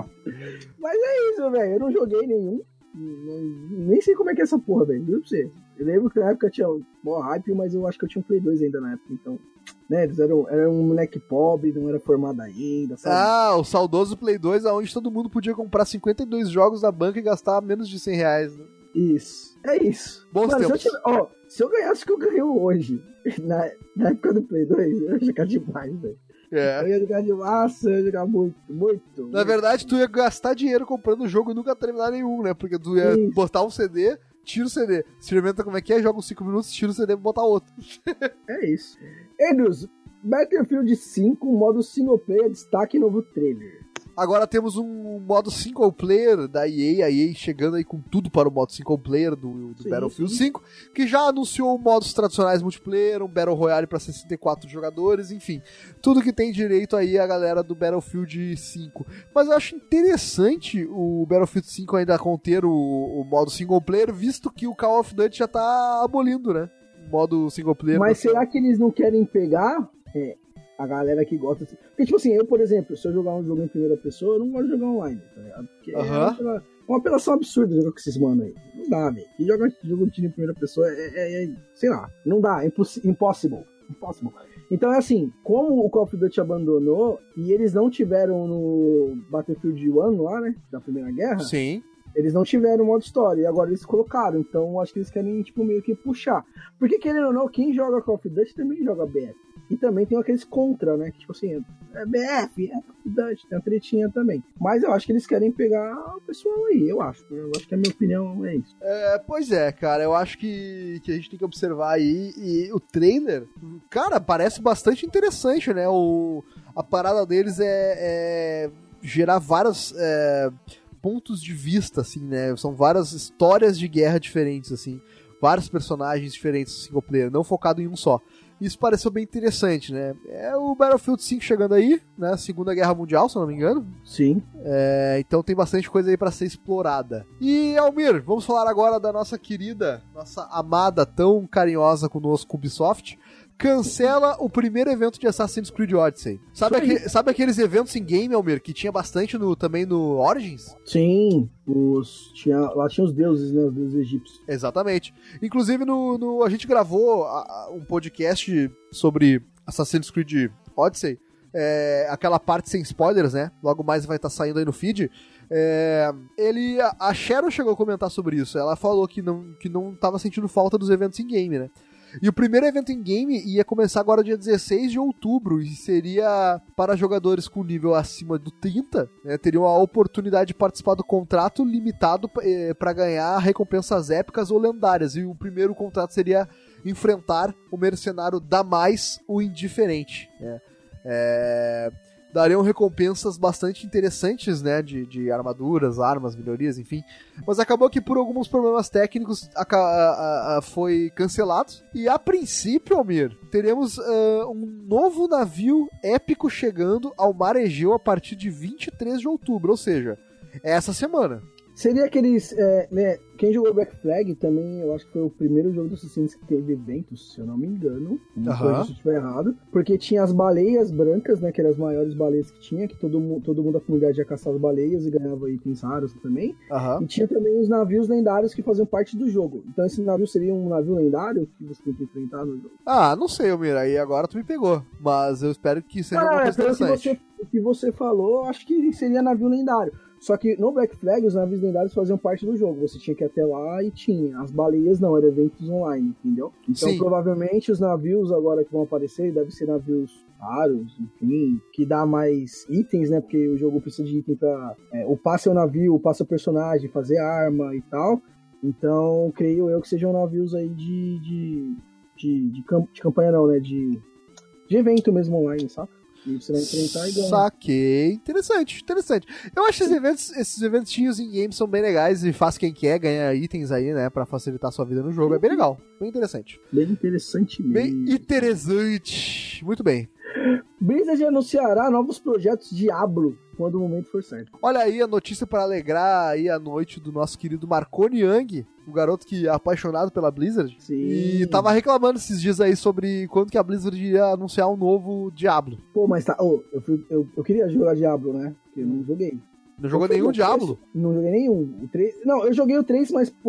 Mas é isso, velho. Eu não joguei nenhum. Nem sei como é que é essa porra, velho. Juro pra você. Eu lembro que na época tinha mó hype, mas eu acho que eu tinha um Play dois ainda na época, então... Né, eles eram, eram um moleque pobre, não era formado ainda, sabe? Ah, o saudoso Play dois, onde todo mundo podia comprar cinquenta e dois jogos na banca e gastar menos de cem reais. Né? Isso, é isso. Bons Mano, tempos. se eu, tivesse, ó, se eu ganhasse o que eu ganho hoje, na, na época do Play dois, eu ia jogar demais, velho. É. Eu ia jogar de massa, eu ia jogar muito, muito. Na muito. verdade, tu ia gastar dinheiro comprando o jogo e nunca terminar nenhum, né? Porque tu ia Isso. botar um C D, tira o C D. Experimenta como é que é, joga uns cinco minutos, tira o C D e botar outro. É isso. Endus, Battlefield cinco, modo single player, destaque e novo trailer. Agora temos um modo single player da E A, a E A chegando aí com tudo para o modo single player do, do Sim, Battlefield sim. cinco, que já anunciou modos tradicionais multiplayer, um Battle Royale para sessenta e quatro jogadores, enfim, tudo que tem direito aí a galera do Battlefield cinco. Mas eu acho interessante o Battlefield cinco ainda conter o, o modo single player, visto que o Call of Duty já tá abolindo, né? O modo single player. Mas da- será que eles não querem pegar é, a galera que gosta... Assim? Porque, tipo assim, eu, por exemplo, se eu jogar um jogo em primeira pessoa, eu não gosto de jogar online, tá ligado? Porque Aham. é uma apela- uma apelação absurda jogar com esses mano aí. Não dá, velho. Quem joga jogo de tiro em primeira pessoa é, é, é- sei lá, não dá, é imposs- impossible. Impossible. Então é assim, como o Call of Duty abandonou e eles não tiveram no Battlefield um lá, né, da Primeira Guerra, Sim. eles não tiveram modo história, e agora eles colocaram, então eu acho que eles querem, tipo, meio que puxar. Porque, querendo ou não, quem joga Call of Duty também joga B F. E também tem aqueles contra, né, que tipo assim, é B F, é Call of Duty, tem a tretinha também. Mas eu acho que eles querem pegar o pessoal aí, eu acho. Eu acho que a minha opinião é isso. É, pois é, cara, eu acho que, que a gente tem que observar aí, e o trailer, cara, parece bastante interessante, né, o, a parada deles é, é gerar vários é, pontos de vista, assim, né, são várias histórias de guerra diferentes, assim, vários personagens diferentes do single player, não focado em um só. Isso pareceu bem interessante, né? É o Battlefield cinco chegando aí, né? Segunda Guerra Mundial, se eu não me engano. Sim. É, então tem bastante coisa aí pra ser explorada. E, Almir, vamos falar agora da nossa querida, nossa amada, tão carinhosa conosco, Ubisoft. Cancela o primeiro evento de Assassin's Creed Odyssey. Sabe, Isso aí. aquele- sabe aqueles eventos em game, Almir, que tinha bastante no, também no Origins? Sim, os, tinha, lá tinha os deuses, né, os deuses egípcios. Exatamente. Inclusive, no, no- a gente gravou a- a- um podcast sobre Assassin's Creed Odyssey, é, aquela parte sem spoilers, né? Logo mais vai estar saindo aí no feed. É, ele, a- a Sharon chegou a comentar sobre isso. Ela falou que não, que não tava sentindo falta dos eventos em game, né? E o primeiro evento em game ia começar agora dia dezesseis de outubro e seria para jogadores com nível acima do trinta, né, teriam a oportunidade de participar do contrato limitado eh, para ganhar recompensas épicas ou lendárias. E o primeiro contrato seria enfrentar o mercenário Damais, o Indiferente, né? É, dariam recompensas bastante interessantes, né, de, de armaduras, armas, melhorias, enfim. Mas acabou que por alguns problemas técnicos a, a, a, foi cancelado. E a princípio, Almir, teremos uh, um novo navio épico chegando ao Mar Egeu a partir de vinte e três de outubro, ou seja, essa semana. Seria aqueles, é, né, quem jogou Black Flag também, eu acho que foi o primeiro jogo do Assassin's que teve eventos, se eu não me engano, não Aham. corrija se eu estiver errado, porque tinha as baleias brancas, né, que eram as maiores baleias que tinha, que todo, mu- todo mundo da comunidade ia caçar as baleias e ganhava itens raros também, Aham. e tinha também os navios lendários que faziam parte do jogo. Então esse navio seria um navio lendário que você tem que enfrentar no jogo? Ah, não sei, Almir, aí agora tu me pegou. Mas eu espero que seja alguma Ah, coisa pelo que interessante. você, o que você falou, acho que seria navio lendário. Só que no Black Flag, os navios lendários faziam parte do jogo. Você tinha que ir até lá e tinha. As baleias não, eram eventos online, entendeu? Então, Sim. provavelmente, os navios agora que vão aparecer devem ser navios raros, enfim, que dá mais itens, né? Porque o jogo precisa de item pra é, upar seu navio, upar seu personagem, fazer arma e tal. Então, creio eu que sejam navios aí de... de, de, de, camp- de campanha não, né? De, de evento mesmo online, sabe? E você vai enfrentar e ganhar. Saquei. Interessante, interessante. Eu acho que esses eventos, esses eventinhos em games são bem legais e faz quem quer ganhar itens aí, né? Pra facilitar a sua vida no jogo. É bem legal. Bem interessante. Bem interessante Bem mesmo. interessante. Muito bem. Blizzard anunciará novos projetos Diablo quando o momento for certo. Olha aí a notícia para alegrar aí a noite do nosso querido Marconi Young, o garoto que é apaixonado pela Blizzard. Sim. E tava reclamando esses dias aí sobre quando que a Blizzard ia anunciar um novo Diablo. Pô, mas tá. Oh, eu, fui- eu, eu queria jogar Diablo, né? Porque eu não joguei. Não jogou Eu fui nenhum no Diablo? três, Não joguei nenhum. O três, não, eu joguei o três, mas por.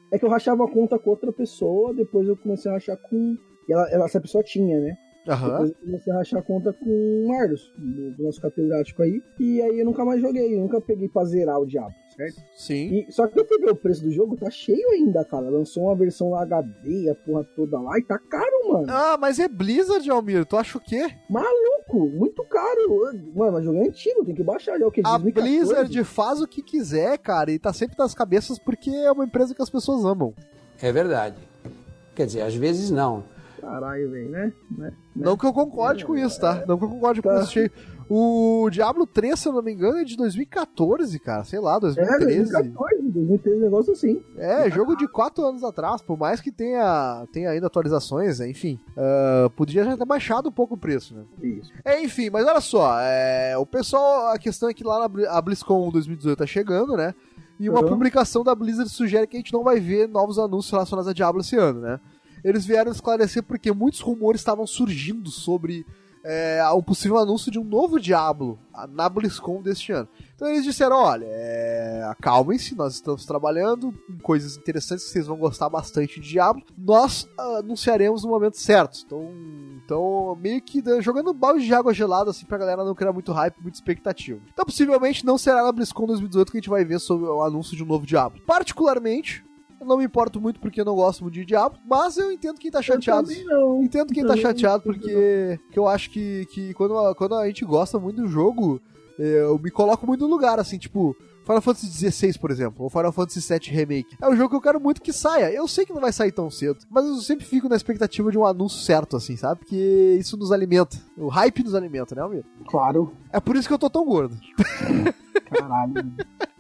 É que eu rachava a conta com outra pessoa, depois eu comecei a rachar com... Ela, ela, essa pessoa tinha, né? Aham. Depois eu comecei a rachar a conta com o Marlos, do, do nosso catedrático aí. E aí eu nunca mais joguei, eu nunca peguei pra zerar o Diablo, certo? Sim. E, só que eu fui ver o preço do jogo, tá cheio ainda, cara. Lançou uma versão H D, a porra toda lá, e tá caro, mano. Ah, mas é Blizzard, Almir. Tu acha o quê? Maluco, muito caro. Mano, mas jogo é antigo, tem que baixar já. O que? A dois mil e quatorze? Blizzard faz o que quiser, cara, e tá sempre nas cabeças porque é uma empresa que as pessoas amam. É verdade. Quer dizer, às vezes não. Caralho, velho, né? né? Não que eu concorde com isso, tá? Não que eu concorde com Tá. isso. Cheio. O Diablo três, se eu não me engano, é de dois mil e catorze, cara. Sei lá, dois mil e É, treze. dois mil e quatorze, dois mil e treze, negócio assim. É, jogo de quatro anos atrás. Por mais que tenha, tenha ainda atualizações, né, enfim. Uh, podia já ter baixado um pouco o preço, né? Isso. É, enfim, mas olha só. É, o pessoal, a questão é que lá na Bli- a BlizzCon dois mil e dezoito tá chegando, né? E uma Uhum. publicação da Blizzard sugere que a gente não vai ver novos anúncios relacionados a Diablo esse ano, né? Eles vieram esclarecer porque muitos rumores estavam surgindo sobre é, um possível anúncio de um novo Diablo na BlizzCon deste ano. Então eles disseram, olha, é, acalmem-se, nós estamos trabalhando em coisas interessantes que vocês vão gostar bastante de Diablo. Nós ah, anunciaremos no momento certo. Então, então meio que dando- jogando um balde de água gelada assim pra galera não criar muito hype, muita expectativa. Então possivelmente não será na BlizzCon dois mil e dezoito que a gente vai ver sobre o anúncio de um novo Diablo. Particularmente, eu não me importo muito porque eu não gosto muito de Diablo, mas eu entendo quem tá chateado. Eu também não. Entendo quem Eu tá também chateado não. porque que eu acho que, que quando, a, quando a gente gosta muito do jogo, eu me coloco muito no lugar, assim, tipo, Final Fantasy dezesseis, por exemplo, ou Final Fantasy sete Remake. É um jogo que eu quero muito que saia. Eu sei que não vai sair tão cedo, mas eu sempre fico na expectativa de um anúncio certo, assim, sabe? Porque isso nos alimenta. O hype nos alimenta, né, amigo? Claro. É por isso que eu tô tão gordo. Caralho.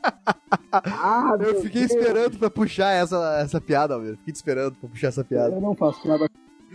Ah, Eu meu fiquei Deus. esperando pra puxar essa, essa piada, amigo. Fiquei te esperando pra puxar essa piada. Eu não faço piada,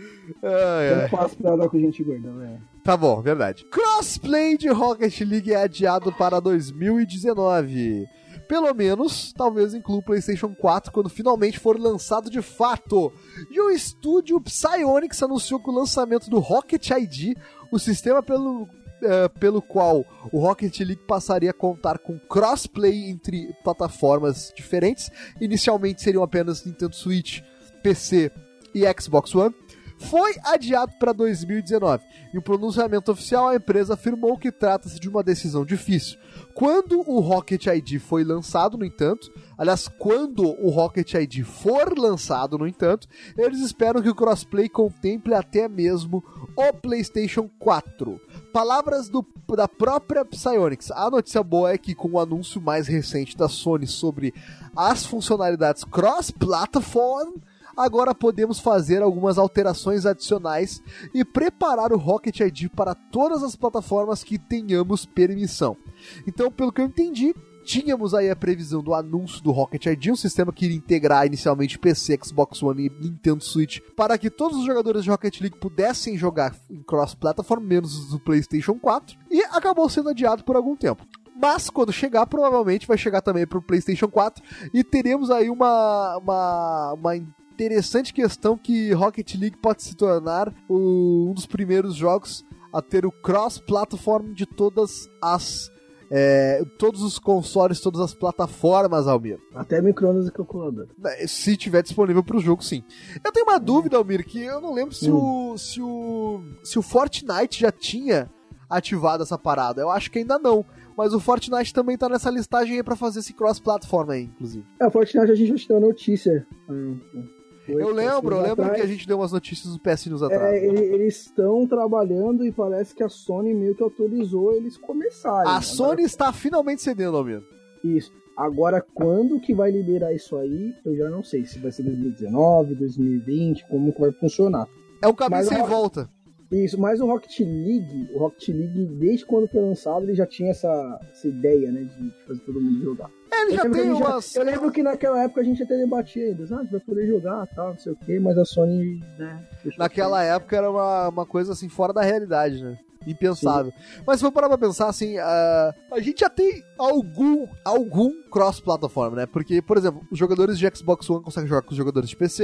Ai, eu ai. não faço piada com gente gorda, velho. Tá bom, verdade. Crossplay de Rocket League é adiado para dois mil e dezenove. Pelo menos, talvez inclua o PlayStation quatro quando finalmente for lançado de fato. E o estúdio Psyonix anunciou que o lançamento do Rocket I D, o sistema pelo, eh, pelo qual o Rocket League passaria a contar com crossplay entre plataformas diferentes, inicialmente seriam apenas Nintendo Switch, P C e Xbox One, foi adiado para dois mil e dezenove. Em um pronunciamento oficial, a empresa afirmou que trata-se de uma decisão difícil. Quando o Rocket I D foi lançado, no entanto, aliás, quando o Rocket I D for lançado, no entanto, eles esperam que o crossplay contemple até mesmo o PlayStation quatro. Palavras do, da própria Psyonix. A notícia boa é que com o anúncio mais recente da Sony sobre as funcionalidades cross-platform, agora podemos fazer algumas alterações adicionais e preparar o Rocket I D para todas as plataformas que tenhamos permissão. Então, pelo que eu entendi, tínhamos aí a previsão do anúncio do Rocket I D, um sistema que iria integrar inicialmente P C, Xbox One e Nintendo Switch, para que todos os jogadores de Rocket League pudessem jogar em cross-platform, menos os do PlayStation quatro, e acabou sendo adiado por algum tempo. Mas quando chegar, provavelmente vai chegar também para o PlayStation quatro, e teremos aí uma... uma, uma interessante questão que Rocket League pode se tornar o, um dos primeiros jogos a ter o cross-platform de todas as é, todos os consoles, todas as plataformas, Almir. Até micro-ondas e calculadora. Se tiver disponível para o jogo, sim. Eu tenho uma dúvida, Almir, que eu não lembro se, hum. o, se, o, se o Fortnite já tinha ativado essa parada. Eu acho que ainda não. Mas o Fortnite também tá nessa listagem aí pra fazer esse cross-platform aí, inclusive. É, o Fortnite a gente já tem uma notícia. Hum, Eu lembro, eu lembro atrás. que a gente deu umas notícias do P S News atrás. É, ele, eles estão trabalhando e parece que a Sony meio que autorizou eles começarem. A Agora, Sony está finalmente cedendo, Almir. Isso. Agora, quando que vai liberar isso aí, eu já não sei. Se vai ser dois mil e dezenove, dois mil e vinte, como que vai funcionar. É um caminho Mas sem a... volta. Isso, mas o Rocket League, o Rocket League, desde quando foi lançado, ele já tinha essa, essa ideia, né, de fazer todo mundo jogar. É, ele eu já tem umas... Já, eu lembro que naquela época a gente até debatia ainda, ah, a gente vai poder jogar, tal, não sei o quê, mas a Sony, né... Naquela época era uma, uma coisa, assim, fora da realidade, né? Impensável. Sim. Mas se for parar pra pensar, assim, uh, a gente já tem algum, algum cross-plataforma, né? Porque, por exemplo, os jogadores de Xbox One conseguem jogar com os jogadores de P C,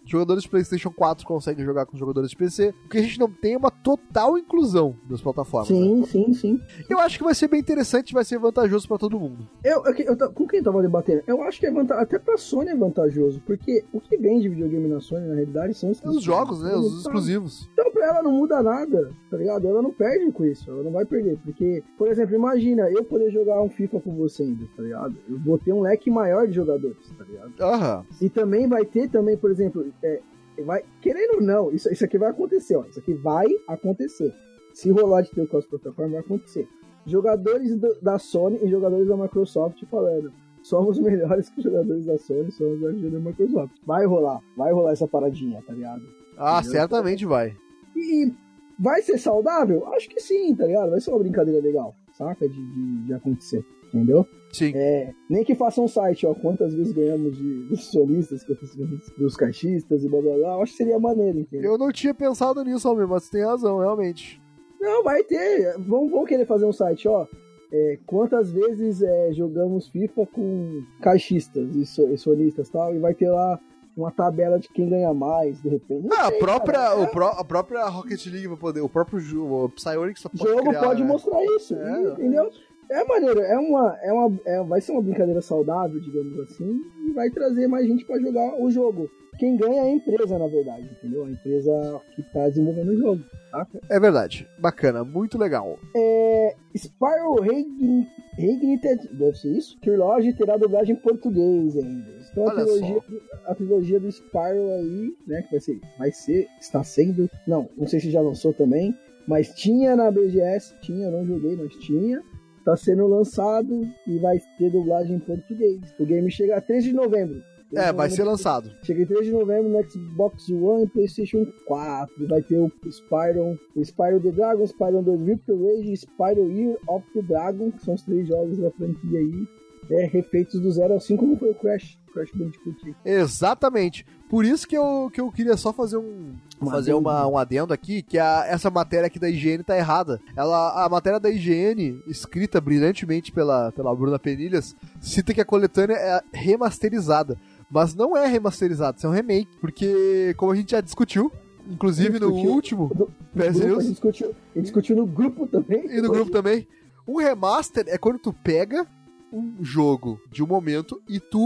Jogadores de PlayStation quatro conseguem jogar com jogadores de P C. O que a gente não tem é uma total inclusão das plataformas. Sim, né? sim, sim. Eu acho que vai ser bem interessante e vai ser vantajoso pra todo mundo. Eu, eu, eu, com quem eu tava debatendo? Eu acho que é vantajoso, até pra Sony é vantajoso, porque o que vende videogame na Sony, na realidade, são Os jogos, né? Os exclusivos. Então pra ela não muda nada, tá ligado? Ela não perde com isso, ela não vai perder, porque, por exemplo, imagina eu poder jogar um FIFA com você ainda, tá ligado? Eu vou ter um leque maior de jogadores, tá ligado? Aham. E também vai ter também, por exemplo, é, vai, querendo ou não, isso, isso aqui vai acontecer, ó. Isso aqui vai acontecer. Se rolar de ter o cross-plataforma, vai acontecer. Jogadores do, da Sony e jogadores da Microsoft falando, somos melhores que os jogadores da Sony, somos melhores que os jogadores da Microsoft. Vai rolar, vai rolar essa paradinha, tá ligado? Ah, Entendeu? certamente vai. E vai ser saudável? Acho que sim, tá ligado? Vai ser uma brincadeira legal, saca? De, de, de acontecer, entendeu? Sim. É, nem que faça um site, ó, quantas vezes ganhamos de, dos solistas, quantas vezes dos caixistas e blá blá blá, eu acho que seria maneiro, entendeu? Eu não tinha pensado nisso, Almir, mas você tem razão, realmente. Não, vai ter, vão, vão querer fazer um site, ó, é, quantas vezes é, jogamos FIFA com caixistas e, so, e solistas e tal, e vai ter lá uma tabela de quem ganha mais, de repente. Não Ah, sei, a, própria, cara, o é, pro, a própria Rocket League vai poder, o próprio jogo, o Psyonix só pode jogo criar, pode né? mostrar isso, É, entendeu? É maneiro, é uma, é uma, é, vai ser uma brincadeira saudável, digamos assim, e vai trazer mais gente pra jogar o jogo. Quem ganha é a empresa, na verdade, entendeu? A empresa que tá desenvolvendo o jogo, tá? É verdade. Bacana, muito legal. É, Spyro Reign- Reignited, deve ser isso? Trilogy terá dublagem em português ainda. Então a Olha trilogia, só. a trilogia do Spyro aí, né, que vai ser, vai ser, está sendo, não, não sei se já lançou também, mas tinha na B G S, tinha, eu não joguei, mas tinha. Tá sendo lançado e vai ter dublagem em português. O game chega a três de novembro. É, vai ser lançado. Chega em três de novembro no Xbox One e PlayStation quatro. E vai ter o Spyro, o Spyro the Dragon, Spyro dois Victor Rage e Spyro Year of the Dragon, que são os três jogos da franquia aí, é, refeitos do zero, assim como foi o Crash. Crash Bandicoot. Exatamente. Por isso que eu, que eu queria só fazer um, Um fazer adendo. uma, um adendo aqui, que a, essa matéria aqui da I G N tá errada. Ela, a matéria da I G N, escrita brilhantemente pela, pela Bruna Penilhas, cita que a coletânea é remasterizada. Mas não é remasterizada, isso é um remake. Porque, como a gente já discutiu, inclusive no Discutiu. último Do, P S grupo, a News, gente discutiu, a gente discutiu no grupo também. e no grupo também, um remaster é quando tu pega um jogo de um momento e tu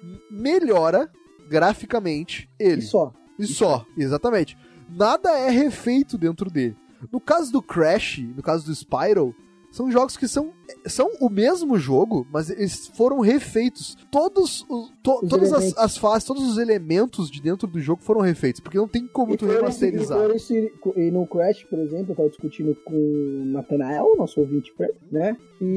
melhora graficamente ele. E só. E só, exatamente. Nada é refeito dentro dele. No caso do Crash, no caso do Spyro, são jogos que são, são o mesmo jogo, mas eles foram refeitos. Todos os, to, Os todas as, elementos. as fases, todos os elementos de dentro do jogo foram refeitos, porque não tem como E tu foi remasterizar. esse- e foi esse- E no Crash, por exemplo, eu tava discutindo com o Nathanael, nosso ouvinte, né?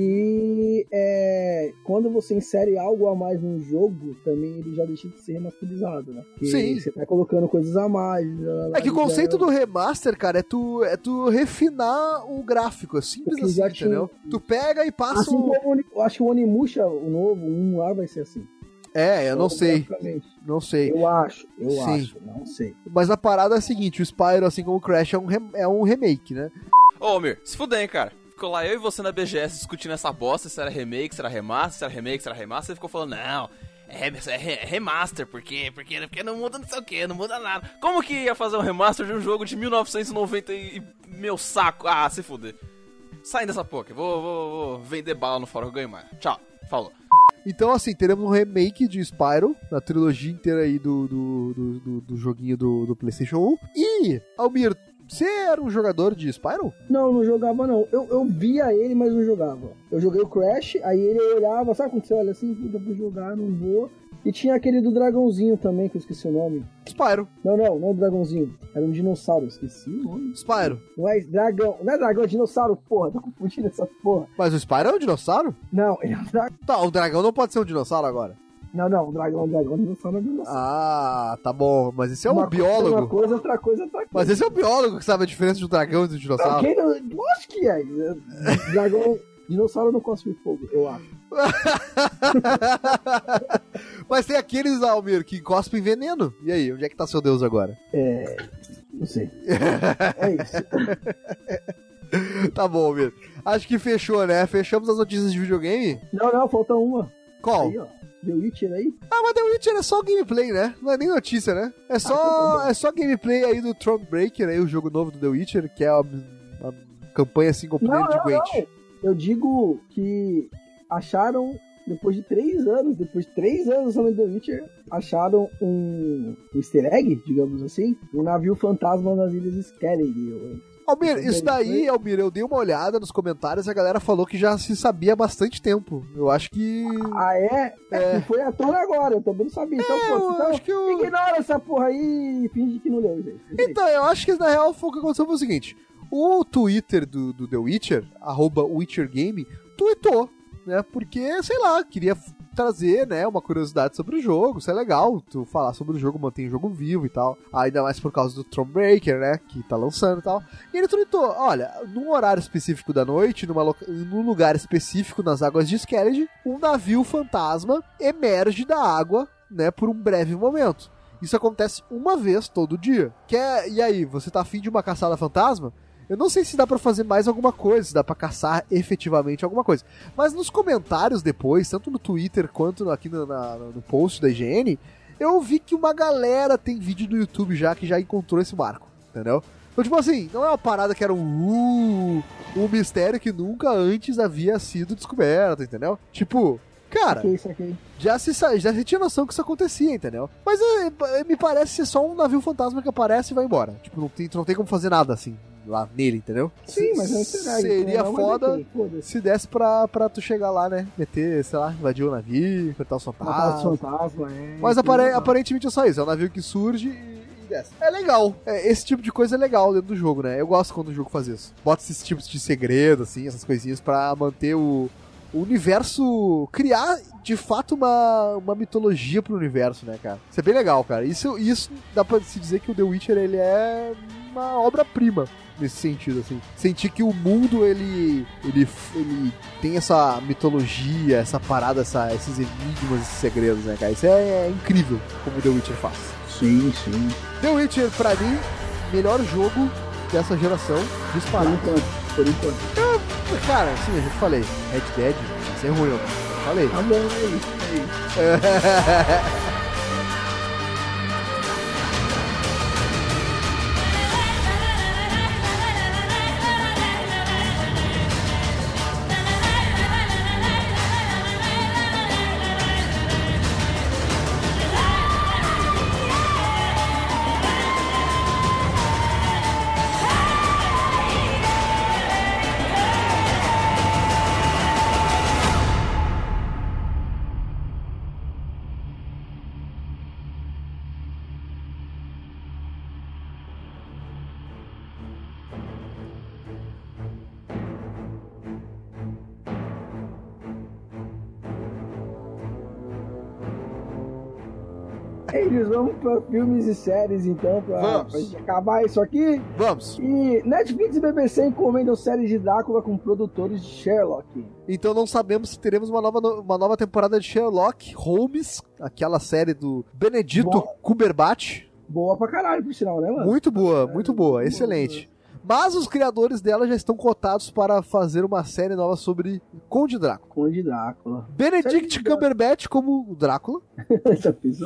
E é, quando você insere algo a mais num jogo, também ele já deixa de ser remasterizado, né? Porque Sim. você tá colocando coisas a mais. lá, lá, É que o já- conceito do remaster, cara, é tu, é tu refinar o gráfico. É simples O que assim, já tinha- entendeu? Tu pega e passa Assim o... como o Oni- eu acho que o Onimusha, o novo, um lá vai ser assim. É, eu não sei. Graficamente. Não sei. Eu acho, eu Sim. acho, não sei. Mas a parada é a seguinte, o Spyro, assim como o Crash, é um, rem- é um remake, né? Ô, Almir, se fuder, hein, cara. Ficou lá eu e você na B G S discutindo essa bosta, se era remake, se era remaster, se era remake, se era remaster. Você ficou falando, não, é, re- é re- é remaster, por quê? Porque, porque não muda não sei o que, não muda nada. Como que ia fazer um remaster de um jogo de mil novecentos e noventa e meu saco? Ah, se fuder. Saindo dessa porra, vou, vou, vou vender bala no fora, eu ganho mais. Tchau, falou. Então, assim, teremos um remake de Spyro, na trilogia inteira aí do, do, do, do, do joguinho do, do PlayStation um. E, Almir, você era um jogador de Spyro? Não, não jogava não. Eu, eu via ele, mas não jogava. Eu joguei o Crash, aí ele olhava, sabe quando você olha assim, puta, vou jogar, não vou. E tinha aquele do dragãozinho também, que eu esqueci o nome. Spyro. Não, não, não é o dragãozinho. Era um dinossauro, eu esqueci o nome. Spyro. Não é dragão, não é dragão, é dinossauro, porra, tô confundindo essa porra. Mas o Spyro é um dinossauro? Não, ele é um dragão. Tá, o dragão não pode ser um dinossauro agora. Não, não, dragão, dragão, dinossauro é dinossauro. Ah, tá bom. Mas esse é um Uma coisa é biólogo. Uma coisa, outra coisa, outra coisa. Mas esse é o biólogo que sabe a diferença de um dragão e de um dinossauro. Quem não, eu acho que é. Dragão, dinossauro não cospe fogo, eu acho. Mas tem aqueles, Almir, que cospem veneno. E aí, onde é que tá seu Deus agora? É. Não sei. É isso. Tá bom, Almir. Acho que fechou, né? Fechamos as notícias de videogame. Não, não, falta uma. Qual? Aí, ó. The Witcher aí? Ah, mas The Witcher é só gameplay, né? Não é nem notícia, né? É só, ah, é só gameplay aí do Thronebreaker, aí, o jogo novo do The Witcher, que é a, a campanha single player não, de não, Gwent. Não. Eu digo que acharam, depois de três anos, depois de três anos no The Witcher, acharam um, um easter egg, digamos assim, um navio fantasma nas Ilhas Skellige. Almir, isso daí, Almir, eu dei uma olhada nos comentários e a galera falou que já se sabia há bastante tempo. Eu acho que... Ah, é? É. Foi à tona agora, eu também não sabia. Então, é, pô, eu então acho que eu... ignora essa porra aí e finge que não leu, gente. Então, eu acho que na real foi o que aconteceu foi o seguinte. O Twitter do, do The Witcher, arroba WitcherGame, tweetou, né? Porque, sei lá, queria trazer, né, uma curiosidade sobre o jogo. Isso é legal, tu falar sobre o jogo, manter o jogo vivo e tal. Ainda mais por causa do Thronebreaker, né, que tá lançando e tal. E ele tweetou, olha, num horário específico da noite, numa loca... num lugar específico nas águas de Skellige, um navio fantasma emerge da água, né, por um breve momento. Isso acontece uma vez todo dia. Quer... E aí, você tá afim de uma caçada fantasma? Eu não sei se dá pra fazer mais alguma coisa, se dá pra caçar efetivamente alguma coisa. Mas nos comentários depois, tanto no Twitter quanto aqui no, na, no post da I G N, eu vi que uma galera tem vídeo no YouTube já que já encontrou esse barco, entendeu? Então, tipo assim, não é uma parada que era um, uh, um mistério que nunca antes havia sido descoberto, entendeu? Tipo... Cara, okay, okay. Já, se, já se tinha noção que isso acontecia, entendeu? Mas é, me parece ser só um navio fantasma que aparece e vai embora. Tipo, não tem, não tem como fazer nada assim lá nele, entendeu? Sim, mas não será. Seria foda se desse pra, pra tu chegar lá, né? Meter, sei lá, invadir o navio, enfrentar o fantasma. fantasma é, mas apare, aparentemente é só isso. É um navio que surge e... É legal, é, esse tipo de coisa é legal dentro do jogo, né? Eu gosto quando o jogo faz isso. Bota esses tipos de segredo, assim, essas coisinhas pra manter o... o universo, criar de fato uma, uma mitologia pro universo, né, cara? Isso é bem legal, cara. Isso, isso dá pra se dizer que o The Witcher, ele é uma obra-prima nesse sentido, assim. Sentir que o mundo, ele, ele, ele tem essa mitologia, essa parada, essa, esses enigmas, esses segredos, né, cara? Isso é, é incrível como o The Witcher faz. Sim, sim. The Witcher, pra mim, melhor jogo dessa geração, disparado. Por enquanto, por enquanto. Eu, cara, assim, eu já te falei, Red Dead, vai ser ruim, eu falei. Tá bom, é isso, é isso. Eles vamos para filmes e séries, então, pra, pra gente acabar isso aqui. Vamos. E Netflix e B B C encomendam séries de Drácula com produtores de Sherlock. Então não sabemos se teremos uma nova, uma nova temporada de Sherlock Holmes, aquela série do Benedito boa. Cumberbatch. Boa pra caralho, por sinal, né, mano? Muito boa, muito é, boa, excelente. Boa. Mas os criadores dela já estão cotados para fazer uma série nova sobre Conde Drácula. Conde Drácula. Benedict Cumberbatch como Drácula. Já pensou?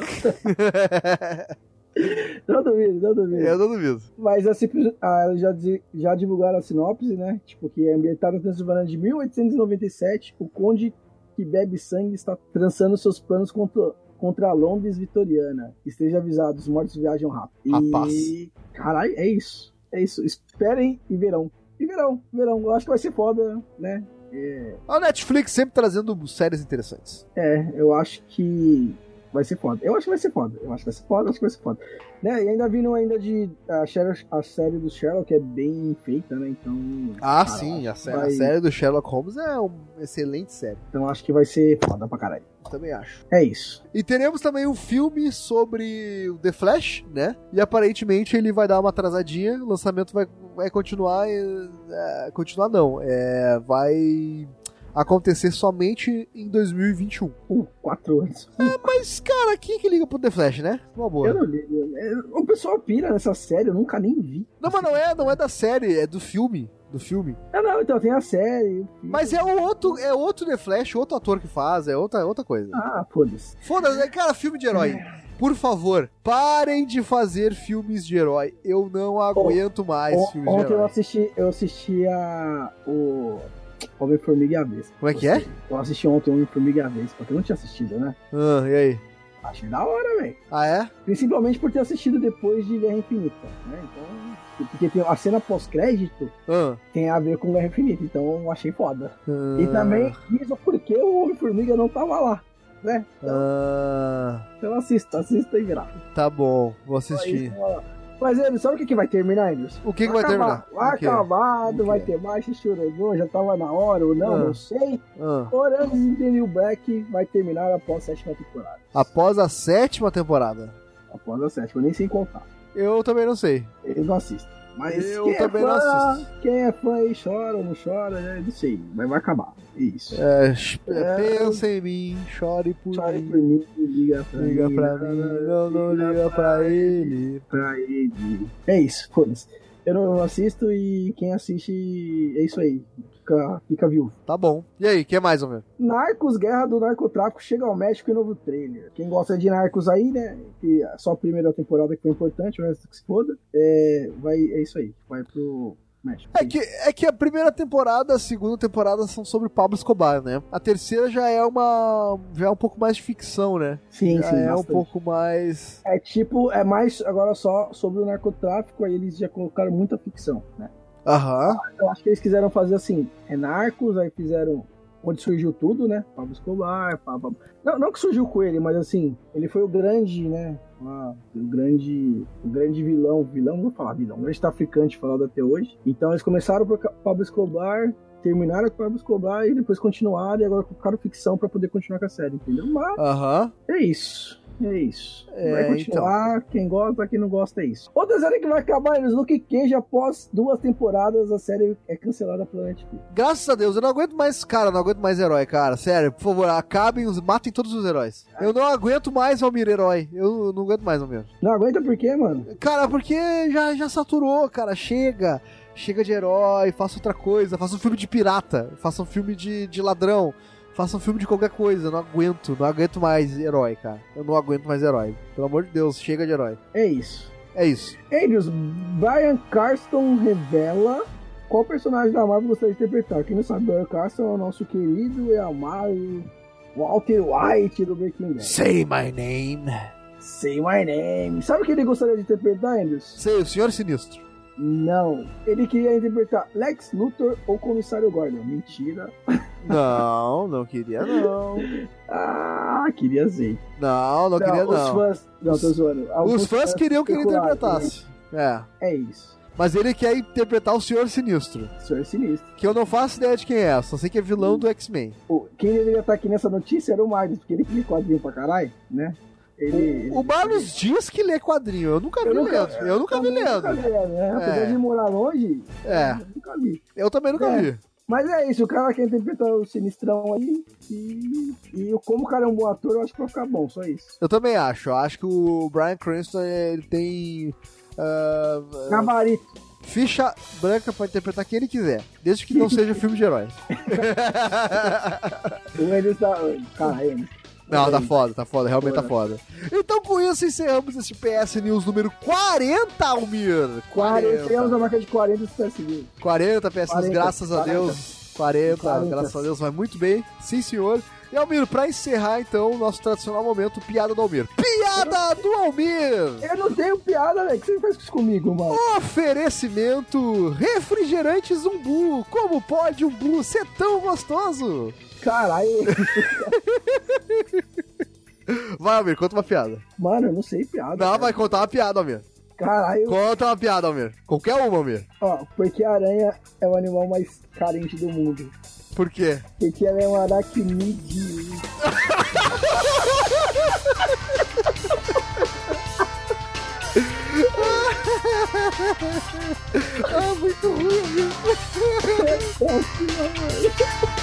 Não duvido, não duvido. Eu não duvido. Mas assim, ah, já, já divulgaram a sinopse, né? Tipo, que é ambientado na Transilvânia de mil oitocentos e noventa e sete. O conde que bebe sangue está trançando seus planos contra, contra a Londres vitoriana. Esteja avisado, os mortos viajam rápido. Rapaz. E... caralho, é isso. É isso. Esperem e verão. E verão, verão. Eu acho que vai ser foda, né? É... A Netflix sempre trazendo séries interessantes. É, eu acho que vai ser foda. Eu acho que vai ser foda. Eu acho que vai ser foda, acho que vai ser foda. Né? E ainda vindo ainda de... A, Sherlock, a série do Sherlock é bem feita, né? Então... Ah, cara, sim. A, série, vai... a série do Sherlock Holmes é uma excelente série. Então acho que vai ser foda pra caralho. Também acho. É isso. E teremos também um filme sobre o The Flash, né? E aparentemente ele vai dar uma atrasadinha. O lançamento vai, vai continuar... É, continuar não. É, vai... acontecer somente em dois mil e vinte e um. Uh, quatro anos. É, mas, cara, quem que liga pro The Flash, né? Uma boa. Eu não ligo. O pessoal pira nessa série, eu nunca nem vi. Não, mas não é, não é da série, é do filme. do filme. Ah, não, então tem a série. o filme. Mas é o outro, é outro The Flash, outro ator que faz, é outra, outra coisa. Ah, foda-se. Foda-se, é, cara, filme de herói. Por favor, parem de fazer filmes de herói. Eu não aguento mais O- filmes de Ontem eu herói. assisti, eu assisti a, o Homem-Formiga e a Vespa. Como é que é? Eu assisti ontem o Homem-Formiga e a Vespa, porque eu não tinha assistido, né? Ah, e aí? Achei da hora, velho. Ah, é? Principalmente por ter assistido depois de Guerra Infinita, né? Então, porque tem a cena pós-crédito Ah, tem a ver com Guerra Infinita, então eu achei foda. ah, E também diz o porquê o Homem-Formiga não tava lá, né? Ah, Então assista, assista e virar. tá bom, vou assistir. Mas ele, sabe o que, que vai terminar, Edilson? O que que vai acabar, terminar? Vai O quê? acabar, O não vai quê? ter mais chororô, já tava na hora ou não, Ah. não sei. Ah, Orange is the New Black vai terminar após a sétima temporada. após a sétima temporada. Após a sétima, eu nem sei contar. Eu também não sei. Eu não assisto. Mas Eu quem também é não fã, assisto. Quem é fã aí chora ou não chora, né? Não sei, mas vai acabar. Isso. É, ch- É. pensa em mim, chore por Chore mim. por mim, liga pra Liga mim. pra mim, não, não liga pra ele. Pra ele. É isso, foda-se. Eu não assisto e quem assiste é isso aí. Fica, fica viúvo. Tá bom. E aí, o que mais, homem? Narcos, Guerra do Narcotráfico chega ao México em novo trailer. Quem gosta de Narcos aí, né? Que só a primeira temporada que foi importante, o resto que se foda. É, vai, é isso aí. Vai pro México. É que, é que a primeira temporada, a segunda temporada são sobre Pablo Escobar, né? A terceira já é uma. Já é um pouco mais de ficção, né? Sim, Já sim. é um bastante. pouco mais. É tipo, é mais agora só sobre o narcotráfico, aí eles já colocaram muita ficção, né? Aham. Eu acho que eles quiseram fazer assim, é Narcos, aí fizeram onde surgiu tudo, né? Pablo Escobar, pá, pá. Não, não que surgiu com ele, mas assim, ele foi o grande, né? Ah, o grande, o grande vilão, vilão, não vou falar vilão, o grande traficante falado até hoje. Então eles começaram por Pablo Escobar, terminaram com Pablo Escobar e depois continuaram e agora colocaram ficção pra poder continuar com a série, entendeu? Mas Aham. é isso. É isso. É, vai continuar. Quem gosta, quem não gosta, é isso. Outra série que vai acabar, eles Luke Cage, após duas temporadas, a série é cancelada pela Netflix. Graças a Deus, eu não aguento mais, cara, eu não aguento mais herói, cara. Sério, por favor, acabem, os, matem todos os heróis. Eu não aguento mais Almir herói. Eu não aguento mais Almir. Não aguenta por quê, mano? Cara, porque já, já saturou, cara. Chega. Chega de herói, faça outra coisa. Faça um filme de pirata. Faça um filme de, de ladrão. Faça um filme de qualquer coisa. Eu não aguento. Não aguento mais herói, cara. Eu não aguento mais herói. Pelo amor de Deus, chega de herói. É isso. É isso. Andrews, Bryan Cranston revela qual personagem da Marvel gostaria de interpretar. Quem não sabe, Bryan Cranston é o nosso querido e amado Walter White do Breaking Bad. Say my name. Say my name. Sabe quem ele gostaria de interpretar, Andrews? Sei, o Senhor Sinistro. Não. Ele queria interpretar Lex Luthor ou Comissário Gordon. Mentira. Não, não queria não. Ah, queria ser. Não, não queria os não. fãs. Não, tô zoando. Alguns Os fãs queriam que ele especularam interpretasse. É. também. É isso. Mas ele quer interpretar o Senhor Sinistro. Senhor Sinistro. Que eu não faço ideia de quem é, só sei que é vilão do X-Men. Pô, quem deveria estar aqui nessa notícia era o Marcos, porque ele que lê quadrinho pra caralho, né? Ele, O Marlos diz que lê quadrinho, eu nunca vi Eu nunca- lendo. Eu nunca vi também nunca lendo. vi, né? Apesar É. de morar longe, É. eu nunca vi. Eu também nunca É. vi. Mas é isso, o cara quer interpretar o Sinistrão aí e, e como o cara é um bom ator, eu acho que vai ficar bom, só isso. Eu também acho. Eu acho que o Bryan Cranston ele tem ah, Gabarito. ficha branca pra interpretar quem ele quiser, desde que não seja filme de herói. O Enes tá... Cara, Enes. Não, tá foda, tá foda, realmente tá foda. Então com isso encerramos esse P S News número quarenta, Almir. quarenta, temos a marca de quarenta do P S News. quarenta P S News, quarenta, graças a quarenta. Deus. quarenta, quarenta. graças a Deus, vai muito bem. Sim, senhor. E Almir, pra encerrar então o nosso tradicional momento, piada do Almir. Piada do Almir! Eu não tenho piada, velho. O que você faz isso comigo, mano? Oferecimento refrigerante Zumbu. Como pode um Blue ser tão gostoso? Caralho. Vai, Almir, conta uma piada. Mano, eu não sei piada. Não, cara. vai contar uma piada, Almir. Caralho. Conta uma piada, Almir. Qualquer uma, Almir. Ó, porque a aranha é o animal mais carente do mundo. Por quê? Porque ela é um aracnídeo. Ah, muito ruim, Almir. É péssima, mano.